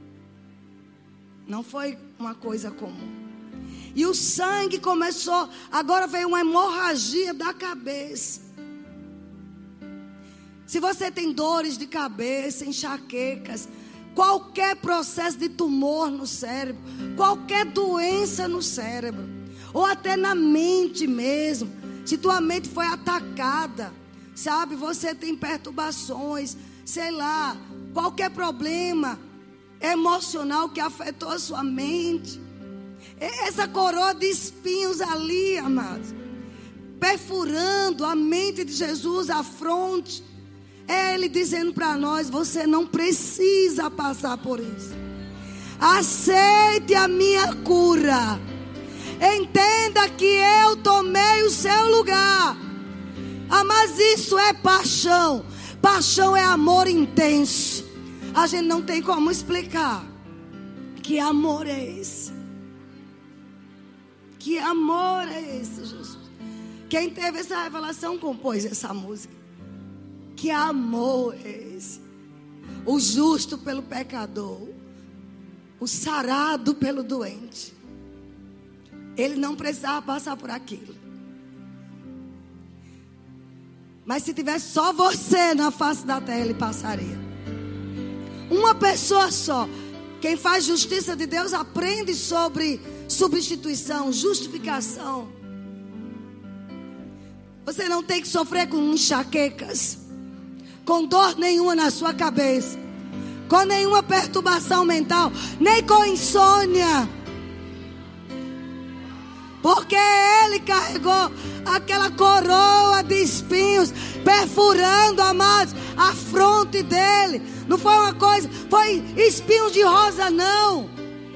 [SPEAKER 1] Não foi uma coisa comum. E o sangue começou. Agora veio uma hemorragia da cabeça. Se você tem dores de cabeça, enxaquecas, qualquer processo de tumor no cérebro, qualquer doença no cérebro, ou até na mente mesmo, se tua mente foi atacada, sabe, você tem perturbações, sei lá, qualquer problema emocional que afetou a sua mente. Essa coroa de espinhos ali, amados, perfurando a mente de Jesus, a fronte. É Ele dizendo para nós: você não precisa passar por isso. Aceite a minha cura. Entenda que eu tomei o seu lugar. Ah, mas isso é paixão. Paixão é amor intenso. A gente não tem como explicar. Que amor é esse? Que amor é esse, Jesus? Quem teve essa revelação compôs essa música. Que amor é esse? O justo pelo pecador, o sarado pelo doente. Ele não precisava passar por aquilo. Mas se tivesse só você na face da terra, ele passaria. Uma pessoa só. Quem faz justiça de Deus aprende sobre substituição, justificação. Você não tem que sofrer com enxaquecas, com dor nenhuma na sua cabeça, com nenhuma perturbação mental, nem com insônia. porque ele carregou aquela coroa de espinhos, perfurando, amados, a fronte dele. Não foi uma coisa, foi espinhos de rosa, não.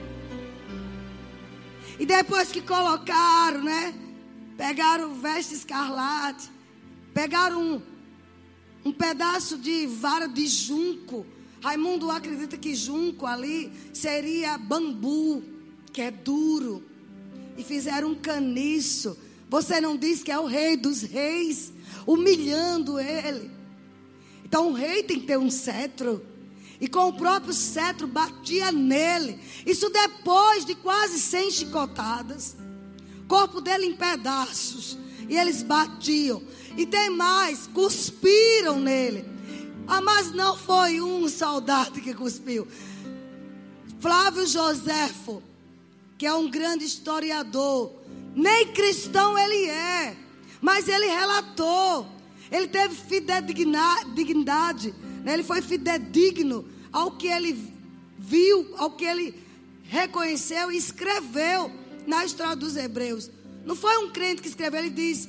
[SPEAKER 1] E depois que colocaram, né? Pegaram veste escarlate, pegaram um pedaço de vara de junco. Raimundo acredita que junco ali seria bambu, que é duro. E fizeram um caniço. Você não diz que é o rei dos reis, humilhando ele. Então o rei tem que ter um cetro. E com o próprio cetro batia nele. Isso depois de quase 100 chicotadas. O corpo dele em pedaços. E eles batiam. E tem mais, cuspiram nele. Mas não foi um soldado que cuspiu. Flávio Joséfo, que é um grande historiador, nem cristão ele é, mas ele relatou. Ele teve fidedignidade, né? Ele foi fidedigno ao que ele viu, ao que ele reconheceu e escreveu na história dos Hebreus. Não foi um crente que escreveu, ele diz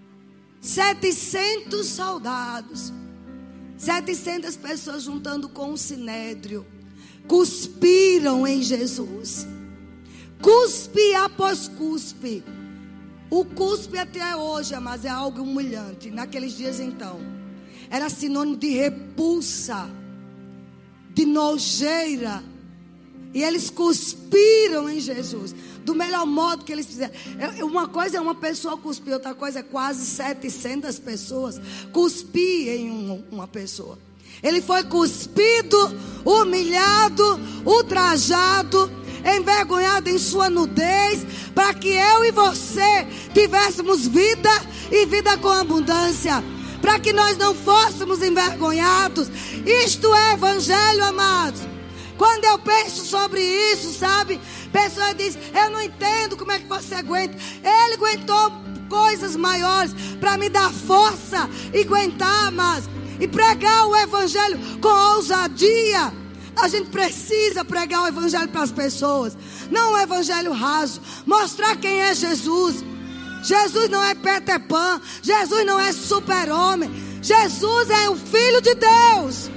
[SPEAKER 1] 700 soldados, 700 pessoas juntando com o sinédrio, cuspiram em Jesus. Cuspe após cuspe. O cuspe até hoje, mas é algo humilhante. Naqueles dias então, era sinônimo de repulsa, de nojeira. E eles cuspiram em Jesus, do melhor modo que eles fizeram. Uma coisa é uma pessoa cuspir, outra coisa é quase 700 pessoas cuspir em uma pessoa. Ele foi cuspido, humilhado, ultrajado, envergonhado em sua nudez, para que eu e você tivéssemos vida e vida com abundância, para que nós não fôssemos envergonhados. Isto é evangelho, amados. Quando eu penso sobre isso, sabe, pessoa diz, eu não entendo como é que você aguenta. Ele aguentou coisas maiores para me dar força e aguentar, mas e pregar o evangelho com ousadia. A gente precisa pregar o evangelho para as pessoas, não um evangelho raso. Mostrar quem é Jesus. Jesus não é Peter Pan, Jesus não é super-homem. Jesus é o Filho de Deus,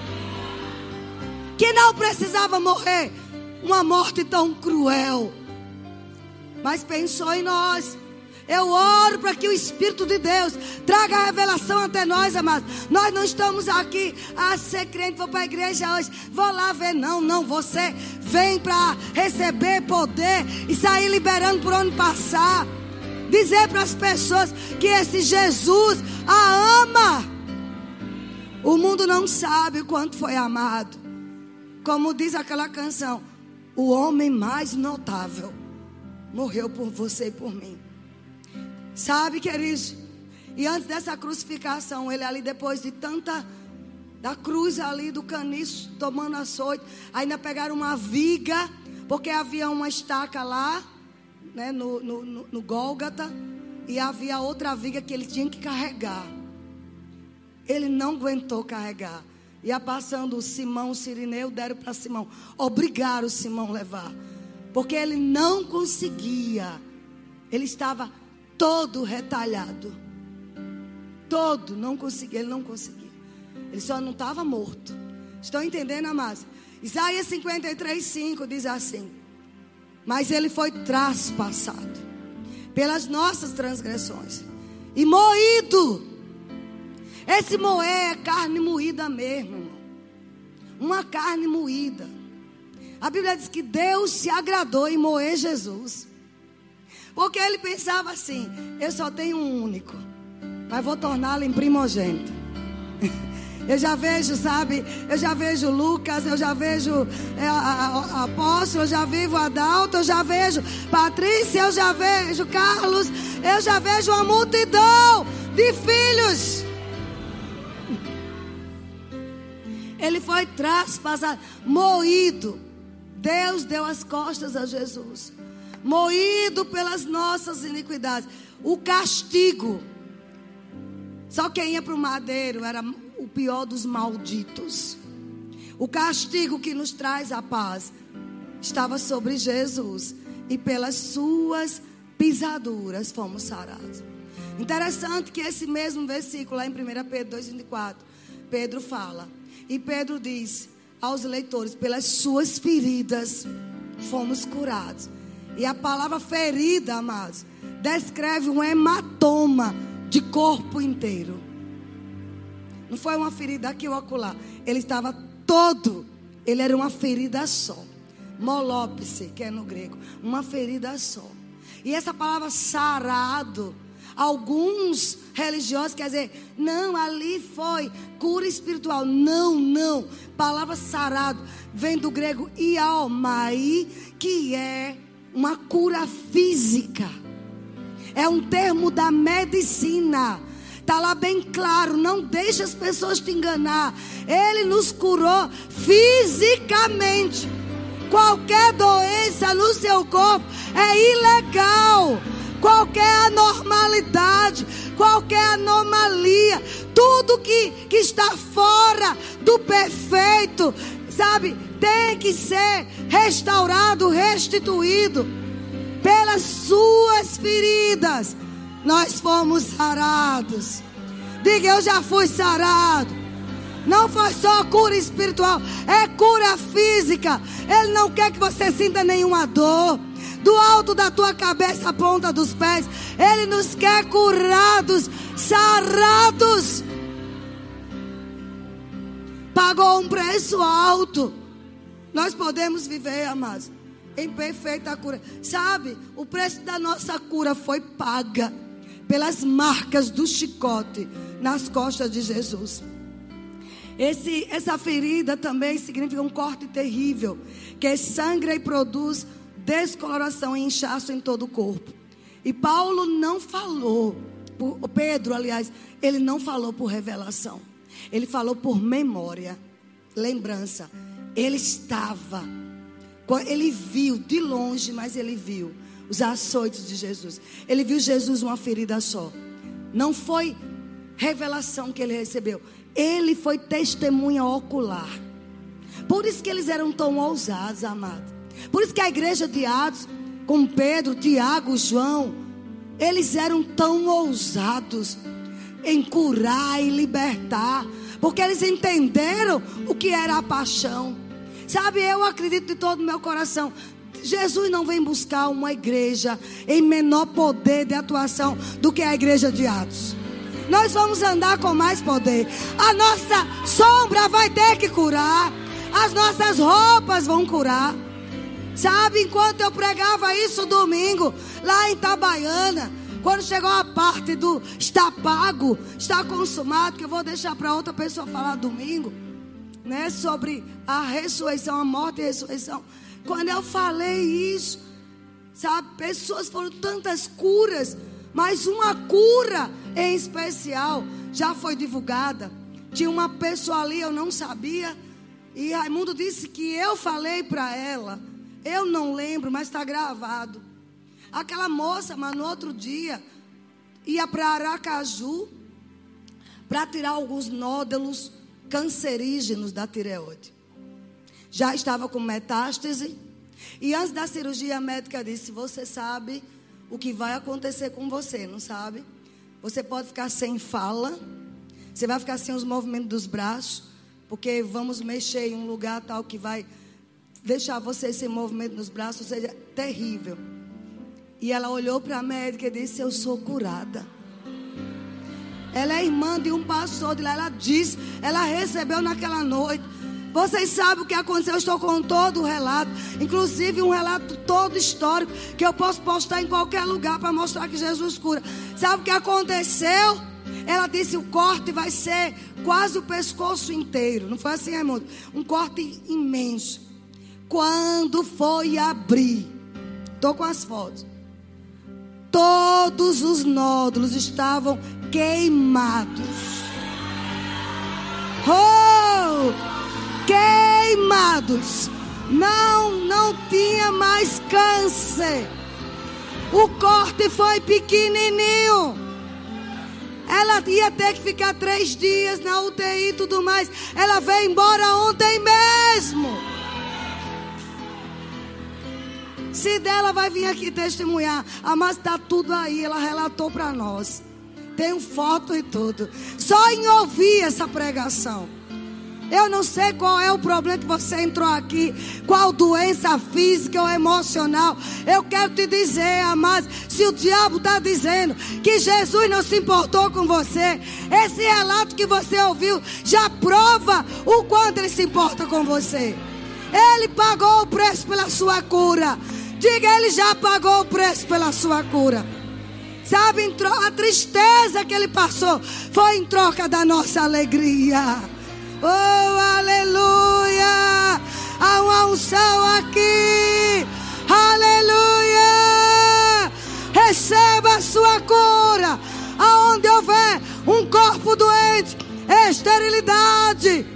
[SPEAKER 1] que não precisava morrer uma morte tão cruel, mas pensou em nós. Eu oro para que o Espírito de Deus traga a revelação até nós, amados. Nós não estamos aqui a ser crente, vou para a igreja hoje, vou lá ver. Não, você vem para receber poder e sair liberando por onde passar. Dizer para as pessoas que esse Jesus a ama. O mundo não sabe o quanto foi amado. Como diz aquela canção, o homem mais notável morreu por você e por mim. Sabe, queridos? E antes dessa crucificação, ele ali depois de tanta, da cruz ali, do caniço, tomando açoite, ainda pegaram uma viga, porque havia uma estaca lá, né, no Gólgota, e havia outra viga que ele tinha que carregar. Ele não aguentou carregar. Ia passando o Simão, o Cirineu, deram para Simão. Obrigaram o Simão a levar. Porque ele não conseguia. Ele estava todo retalhado. Todo, não conseguia, ele não conseguia. Ele só não estava morto. Estão entendendo, amados? Isaías 53:5 diz assim: mas ele foi traspassado pelas nossas transgressões e moído. Esse moer é carne moída mesmo, irmão. Uma carne moída. A Bíblia diz que Deus se agradou em moer Jesus, porque ele pensava assim: eu só tenho um único, mas vou torná-lo em primogênito. Eu já vejo, sabe, eu já vejo Lucas, eu já vejo Apóstolo, eu já vejo Adalto, eu já vejo Patrícia, eu já vejo Carlos, eu já vejo uma multidão de filhos. Ele foi traspassado, moído. Deus deu as costas a Jesus, moído pelas nossas iniquidades. O castigo, só quem ia para o madeiro era o pior dos malditos. O castigo que nos traz a paz estava sobre Jesus, e pelas suas pisaduras fomos sarados. Interessante que esse mesmo versículo lá em 1 Pedro 2,24, Pedro fala. E Pedro diz aos leitores: pelas suas feridas fomos curados. E a palavra ferida, amados, descreve um hematoma de corpo inteiro. Não foi uma ferida aqui ou acolá. Ele estava todo. Ele era uma ferida só. Molópse, que é no grego. Uma ferida só. E essa palavra sarado, alguns religiosos quer dizer, não, ali foi cura espiritual. Não. Palavra sarado vem do grego iaomai, que é uma cura física. É um termo da medicina. Está lá bem claro, não deixe as pessoas te enganar. Ele nos curou fisicamente. Qualquer doença no seu corpo é ilegal. Qualquer anormalidade, qualquer anomalia, tudo que está fora do perfeito, sabe, tem que ser restaurado, restituído. Pelas suas feridas nós fomos sarados. Diga: eu já fui sarado. Não foi só cura espiritual, é cura física. Ele não quer que você sinta nenhuma dor. Do alto da tua cabeça à ponta dos pés, Ele nos quer curados, sarados. Pagou um preço alto. Nós podemos viver, amados, em perfeita cura. Sabe, o preço da nossa cura foi paga pelas marcas do chicote nas costas de Jesus. Essa ferida também significa um corte terrível, que sangra e produz descoloração e inchaço em todo o corpo. E Paulo não falou, Pedro, aliás, ele não falou por revelação. Ele falou por memória, lembrança. Ele estava, ele viu de longe, mas ele viu os açoites de Jesus. Ele viu Jesus uma ferida só. Não foi revelação que ele recebeu. Ele foi testemunha ocular. Por isso que eles eram tão ousados, amados. Por isso que a igreja de Atos, com Pedro, Tiago, João, eles eram tão ousados em curar e libertar. Porque eles entenderam o que era a paixão. Sabe, eu acredito de todo o meu coração, Jesus não vem buscar uma igreja em menor poder de atuação do que a igreja de Atos. Nós vamos andar com mais poder. A nossa sombra vai ter que curar. As nossas roupas vão curar. Sabe, enquanto eu pregava isso domingo, lá em Itabaiana, quando chegou a parte do está pago, está consumado, que eu vou deixar para outra pessoa falar domingo, né, sobre a ressurreição, a morte e a ressurreição. Quando eu falei isso, sabe, pessoas foram tantas curas, mas uma cura em especial já foi divulgada. Tinha uma pessoa ali, eu não sabia, e Raimundo disse que eu falei para ela. Eu não lembro, mas está gravado. Aquela moça, mas no outro dia, ia para Aracaju para tirar alguns nódulos cancerígenos da tireoide. Já estava com metástase. E antes da cirurgia, a médica disse: você sabe o que vai acontecer com você, não sabe? Você pode ficar sem fala. Você vai ficar sem os movimentos dos braços. Porque vamos mexer em um lugar tal que vai deixar você sem movimento nos braços, ou seja, terrível. E ela olhou para a médica e disse: eu sou curada. Ela é irmã de um pastor de lá. Ela disse, ela recebeu naquela noite. Vocês sabem o que aconteceu? Eu estou com todo o relato, inclusive um relato todo histórico, que eu posso postar em qualquer lugar para mostrar que Jesus cura. Sabe o que aconteceu? Ela disse: o corte vai ser quase o pescoço inteiro. Não foi assim, Raimundo? Um corte imenso. Quando foi abrir, estou com as fotos, todos os nódulos estavam queimados. Oh! Queimados. Não tinha mais câncer. O corte foi pequenininho. Ela ia ter que ficar 3 dias na UTI e tudo mais. Ela veio embora ontem mesmo. Se dela vai vir aqui testemunhar. Mas está tudo aí, ela relatou para nós. Tenho foto e tudo. Só em ouvir essa pregação. Eu não sei qual é o problema que você entrou aqui, qual doença física ou emocional. Eu quero te dizer, amados, se o diabo está dizendo que Jesus não se importou com você, esse relato que você ouviu já prova o quanto ele se importa com você. Ele pagou o preço pela sua cura. Diga, ele já pagou o preço pela sua cura. Sabe, a tristeza que ele passou foi em troca da nossa alegria. Oh, aleluia! Há uma unção aqui. Aleluia! Receba a sua cura. Aonde houver um corpo doente, esterilidade,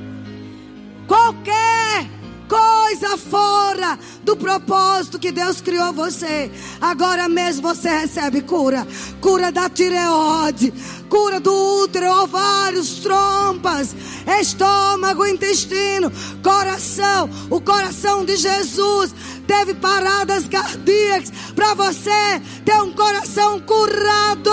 [SPEAKER 1] qualquer coisa fora do propósito que Deus criou você, agora mesmo você recebe cura. Cura da tireoide, cura do útero, ovários, trompas, estômago, intestino, coração. O coração de Jesus teve paradas cardíacas para você ter um coração curado.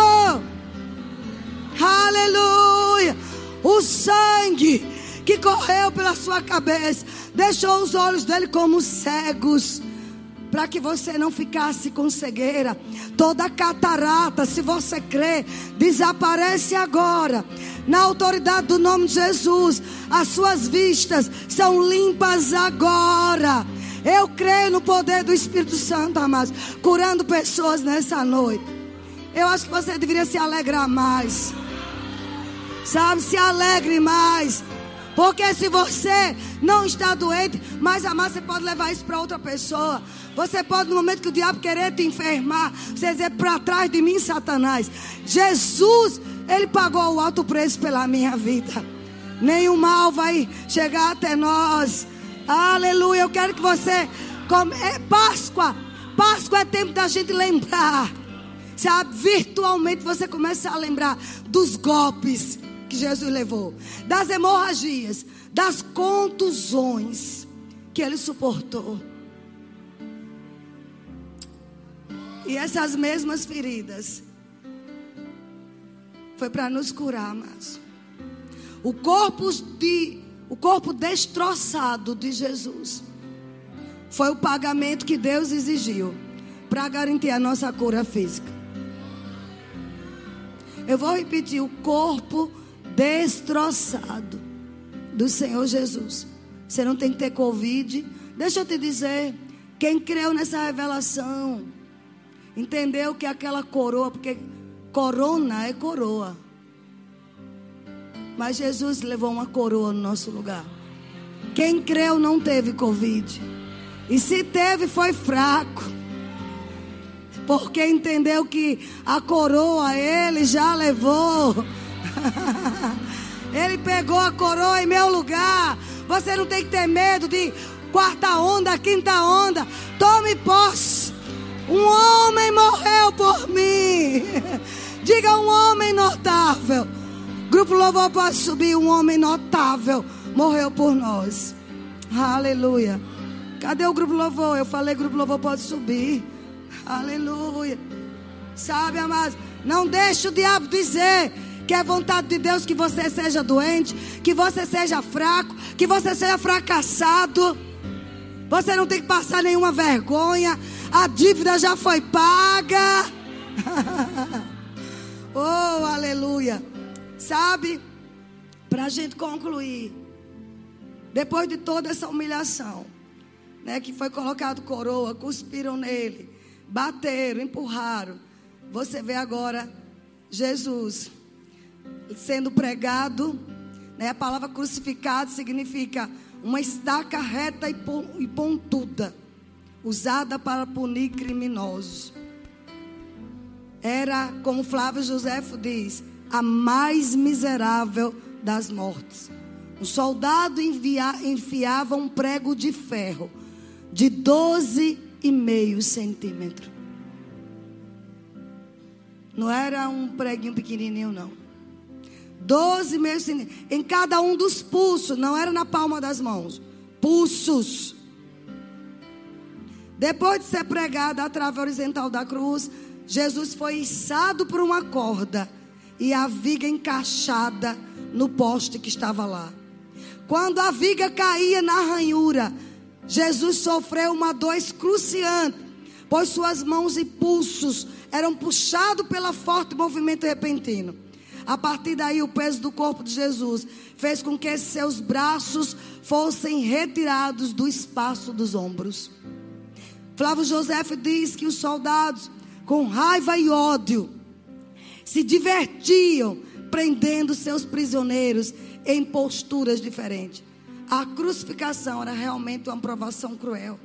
[SPEAKER 1] Aleluia! O sangue que correu pela sua cabeça deixou os olhos dele como cegos, para que você não ficasse com cegueira. Toda catarata, se você crê, desaparece agora. Na autoridade do nome de Jesus, as suas vistas são limpas agora. Eu creio no poder do Espírito Santo, amados, curando pessoas nessa noite. Eu acho que você deveria se alegrar mais. Sabe, se alegre mais. Porque se você não está doente, mas amar, você pode levar isso para outra pessoa. Você pode, no momento que o diabo querer te enfermar, você dizer, para trás de mim, Satanás. Jesus, ele pagou o alto preço pela minha vida. Nenhum mal vai chegar até nós. Aleluia. Eu quero que você... Páscoa é tempo da gente lembrar. Sabe, virtualmente você começa a lembrar dos golpes que Jesus levou, das hemorragias, das contusões que ele suportou. E essas mesmas feridas foi para nos curar, amados. O corpo destroçado de Jesus foi o pagamento que Deus exigiu para garantir a nossa cura física. Eu vou repetir: o corpo destroçado do Senhor Jesus. Você não tem que ter Covid. Deixa eu te dizer, quem creu nessa revelação entendeu que aquela coroa, porque corona é coroa, mas Jesus levou uma coroa no nosso lugar. Quem creu não teve Covid, e se teve foi fraco, porque entendeu que a coroa ele já levou. Ele pegou a coroa em meu lugar. Você não tem que ter medo de quarta onda, quinta onda. Tome posse. Um homem morreu por mim. Diga, um homem notável. Grupo Louvor pode subir. Um homem notável morreu por nós. Aleluia. Cadê o Grupo Louvor? Eu falei, Grupo Louvor pode subir. Aleluia. Sabe, amados, não deixe o diabo dizer que é vontade de Deus que você seja doente, que você seja fraco, que você seja fracassado. Você não tem que passar nenhuma vergonha. A dívida já foi paga. Oh, aleluia. Sabe, para a gente concluir, depois de toda essa humilhação, né, que foi colocado coroa, cuspiram nele, bateram, empurraram. Você vê agora Jesus sendo pregado, né? A palavra crucificado significa uma estaca reta e pontuda, usada para punir criminosos. Era, como Flávio Joséfo diz, a mais miserável das mortes. O soldado enfiava um prego de ferro de 12,5 centímetros. Não era um preguinho pequenininho, não. 12,5 centímetros em cada um dos pulsos. Não era na palma das mãos. Pulsos. Depois de ser pregado à trave horizontal da cruz, Jesus foi içado por uma corda e a viga encaixada no poste que estava lá. Quando a viga caía na ranhura, Jesus sofreu uma dor excruciante, pois suas mãos e pulsos eram puxados pelo forte movimento repentino. A partir daí, o peso do corpo de Jesus fez com que seus braços fossem retirados do espaço dos ombros. Flávio José diz que os soldados, com raiva e ódio, se divertiam prendendo seus prisioneiros em posturas diferentes. A crucificação era realmente uma provação cruel.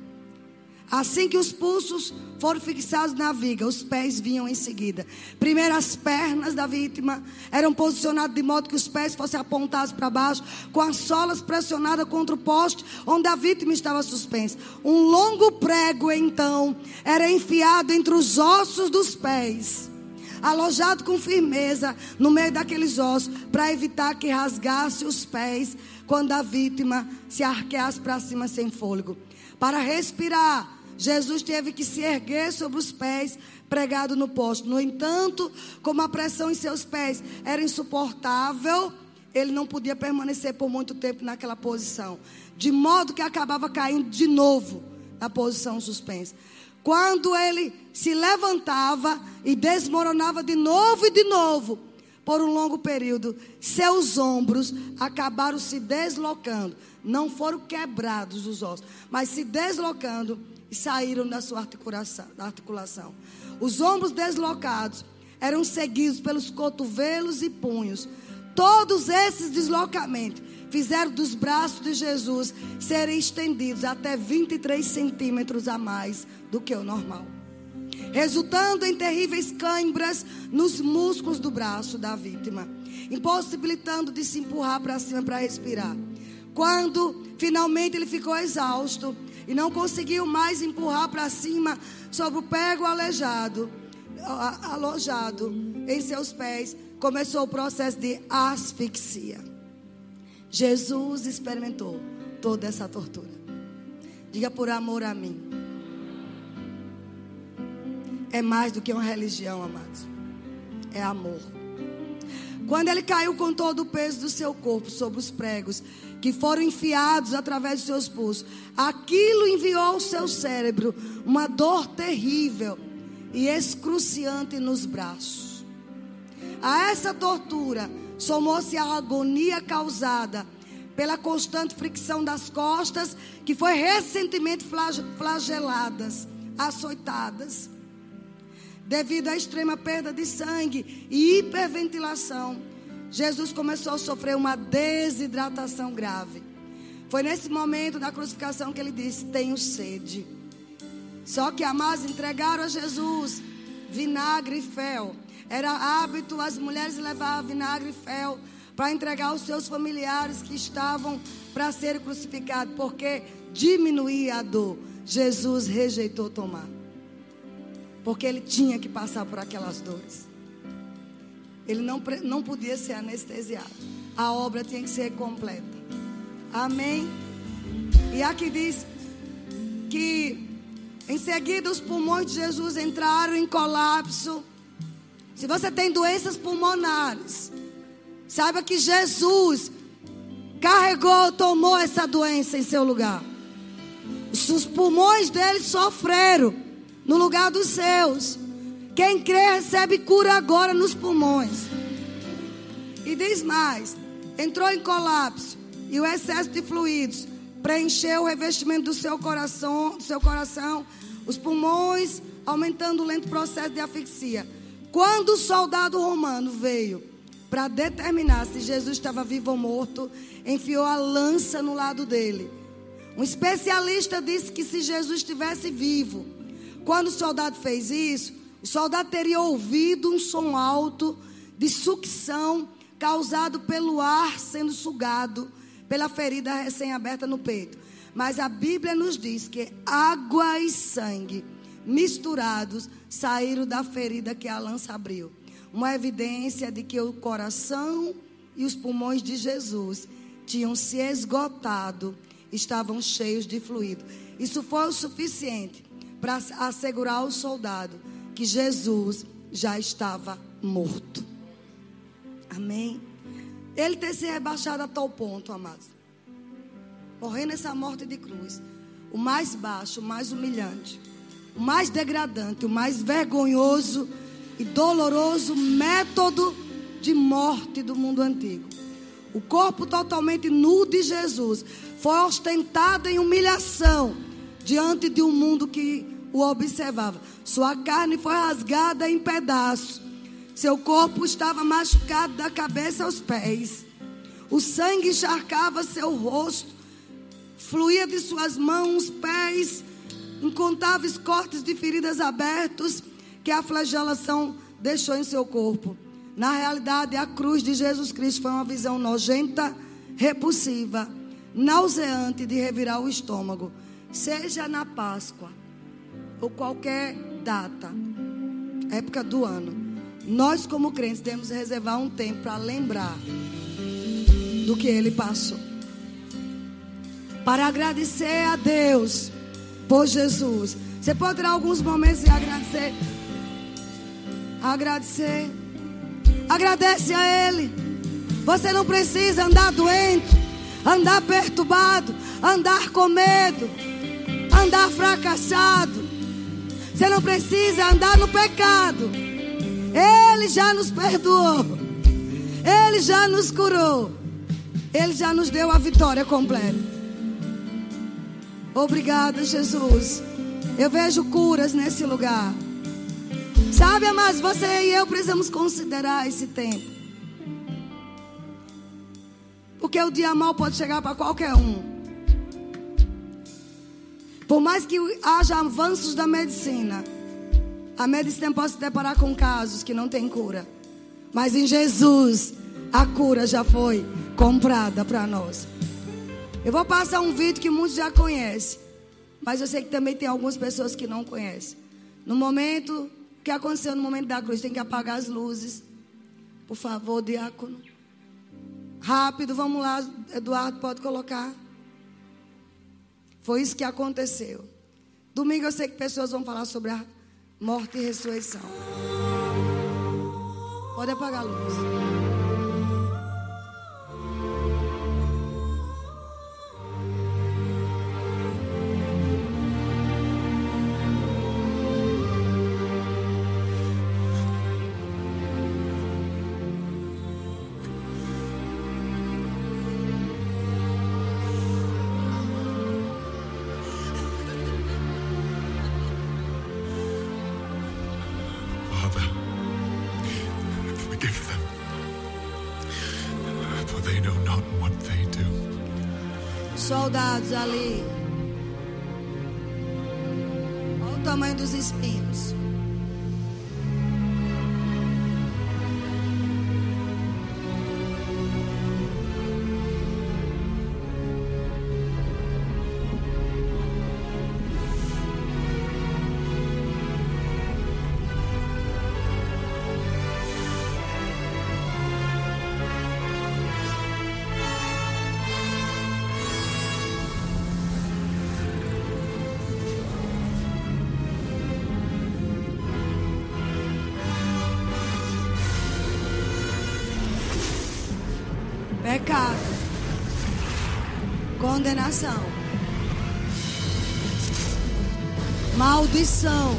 [SPEAKER 1] Assim que os pulsos foram fixados na viga, os pés vinham em seguida. Primeiro as pernas da vítima eram posicionadas de modo que os pés fossem apontados para baixo, com as solas pressionadas contra o poste onde a vítima estava suspensa. Um longo prego então era enfiado entre os ossos dos pés, alojado com firmeza no meio daqueles ossos, para evitar que rasgasse os pés quando a vítima se arqueasse para cima sem fôlego. Para respirar, Jesus teve que se erguer sobre os pés, pregado no poste. No entanto, como a pressão em seus pés era insuportável, ele não podia permanecer por muito tempo naquela posição, de modo que acabava caindo de novo na posição suspensa. Quando ele se levantava e desmoronava de novo e de novo, por um longo período, seus ombros acabaram se deslocando. Não foram quebrados os ossos, mas se deslocando e saíram da sua articulação. Os ombros deslocados eram seguidos pelos cotovelos e punhos. Todos esses deslocamentos fizeram dos braços de Jesus serem estendidos até 23 centímetros a mais do que o normal, resultando em terríveis câimbras nos músculos do braço da vítima, impossibilitando de se empurrar para cima para respirar. Quando finalmente ele ficou exausto e não conseguiu mais empurrar para cima sobre o prego alojado em seus pés, começou o processo de asfixia. Jesus experimentou toda essa tortura. Diga: por amor a mim. É mais do que uma religião, amados. É amor. Quando ele caiu com todo o peso do seu corpo sobre os pregos que foram enfiados através dos seus pulsos, aquilo enviou ao seu cérebro uma dor terrível e excruciante nos braços. A essa tortura somou-se a agonia causada pela constante fricção das costas, que foi recentemente flageladas, açoitadas. Devido à extrema perda de sangue e hiperventilação, Jesus começou a sofrer uma desidratação grave. Foi nesse momento da crucificação que ele disse: tenho sede. Só que, amados, entregaram a Jesus vinagre e fel. Era hábito as mulheres levar vinagre e fel para entregar aos seus familiares que estavam para serem crucificados, porque diminuía a dor. Jesus rejeitou tomar, porque ele tinha que passar por aquelas dores. Ele não podia ser anestesiado. A obra tinha que ser completa. Amém? E aqui diz que em seguida os pulmões de Jesus entraram em colapso. Se você tem doenças pulmonares, saiba que Jesus tomou essa doença em seu lugar. Os pulmões dele sofreram no lugar dos seus. Quem crê recebe cura agora nos pulmões. E diz mais: entrou em colapso e o excesso de fluidos preencheu o revestimento do seu coração, os pulmões, aumentando o lento processo de asfixia. Quando o soldado romano veio para determinar se Jesus estava vivo ou morto, enfiou a lança no lado dele. Um especialista disse que se Jesus estivesse vivo, quando o soldado fez isso, o soldado teria ouvido um som alto de sucção causado pelo ar sendo sugado pela ferida recém-aberta no peito. Mas a Bíblia nos diz que água e sangue misturados saíram da ferida que a lança abriu. Uma evidência de que o coração e os pulmões de Jesus tinham se esgotado, estavam cheios de fluido. Isso foi o suficiente para assegurar ao soldado que Jesus já estava morto. Amém? Ele ter se rebaixado a tal ponto, amados, morrer nessa morte de cruz, o mais baixo, o mais humilhante, o mais degradante, o mais vergonhoso e doloroso método de morte do mundo antigo. O corpo totalmente nu de Jesus foi ostentado em humilhação diante de um mundo que o observava. Sua carne foi rasgada em pedaços. Seu corpo estava machucado da cabeça aos pés. O sangue encharcava seu rosto, fluía de suas mãos, pés, incontáveis cortes de feridas abertas que a flagelação deixou em seu corpo. Na realidade, a cruz de Jesus Cristo foi uma visão nojenta, repulsiva, nauseante de revirar o estômago. Seja na Páscoa ou qualquer data, época do ano, nós como crentes devemos reservar um tempo para lembrar do que Ele passou, para agradecer a Deus por Jesus. Você pode tirar alguns momentos e agradecer. Agradece a Ele. Você não precisa andar doente, andar perturbado, andar com medo, andar fracassado. Você não precisa andar no pecado. Ele já nos perdoou. Ele já nos curou. Ele já nos deu a vitória completa. Obrigada, Jesus. Eu vejo curas nesse lugar. Sabe, amados, você e eu precisamos considerar esse tempo. Porque o dia mal pode chegar para qualquer um. Por mais que haja avanços da medicina, a medicina pode se deparar com casos que não tem cura. Mas em Jesus, a cura já foi comprada para nós. Eu vou passar um vídeo que muitos já conhecem, mas eu sei que também tem algumas pessoas que não conhecem. No momento, o que aconteceu no momento da cruz? Tem que apagar as luzes. Por favor, diácono. Rápido, vamos lá. Eduardo, pode colocar. Foi isso que aconteceu. Domingo eu sei que pessoas vão falar sobre a morte e ressurreição. Pode apagar a luz. Soldados ali. Olha o tamanho dos espinhos. Pecado, condenação, maldição,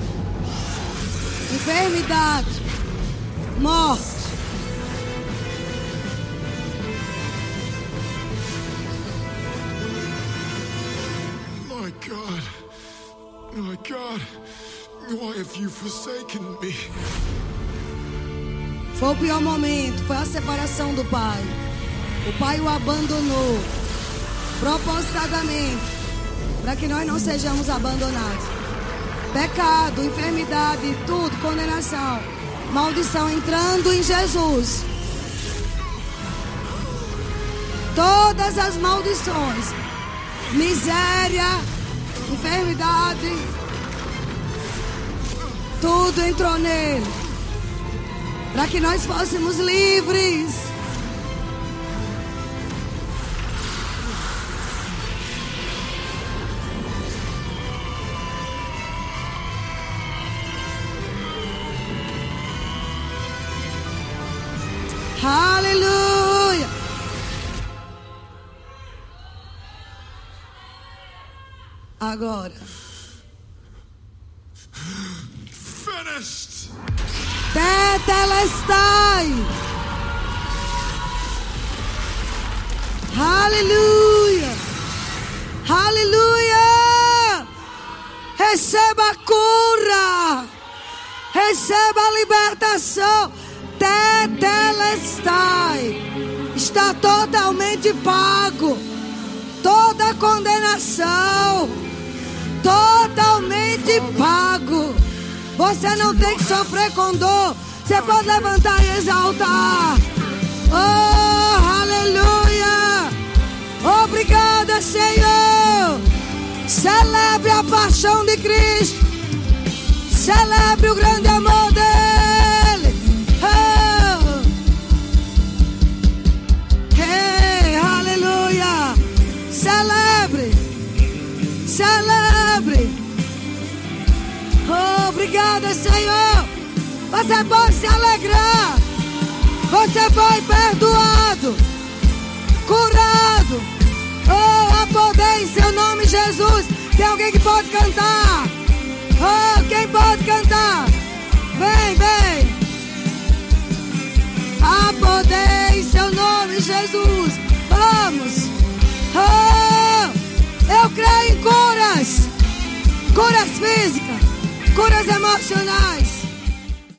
[SPEAKER 1] enfermidade, morte.
[SPEAKER 2] My God, why have you forsaken me?
[SPEAKER 1] Foi o pior momento, foi a separação do Pai. O Pai o abandonou propositadamente para que nós não sejamos abandonados. Pecado, enfermidade, tudo, condenação, maldição entrando em Jesus. Todas as maldições, miséria, enfermidade, tudo entrou nele para que nós fôssemos livres. Agora.
[SPEAKER 2] Finished.
[SPEAKER 1] Tetelestai. Aleluia. Aleluia. Receba a cura. Receba a libertação. Tetelestai. Está totalmente pago. Toda condenação. Totalmente pago. Você não tem que sofrer com dor. Você pode levantar e exaltar. Oh, aleluia. Obrigada, Senhor. Celebre a paixão de Cristo. Celebre o grande amor dele. Oh. Hey, aleluia. Celebre. Celebre. Oh, obrigada, Senhor. Você pode se alegrar. Você foi perdoado, curado. Oh, há poder em seu nome, Jesus. Tem alguém que pode cantar? Oh, quem pode cantar? Vem, vem. Há poder em seu nome, Jesus. Vamos. Oh, eu creio em curas. Curas físicas, curas emocionais.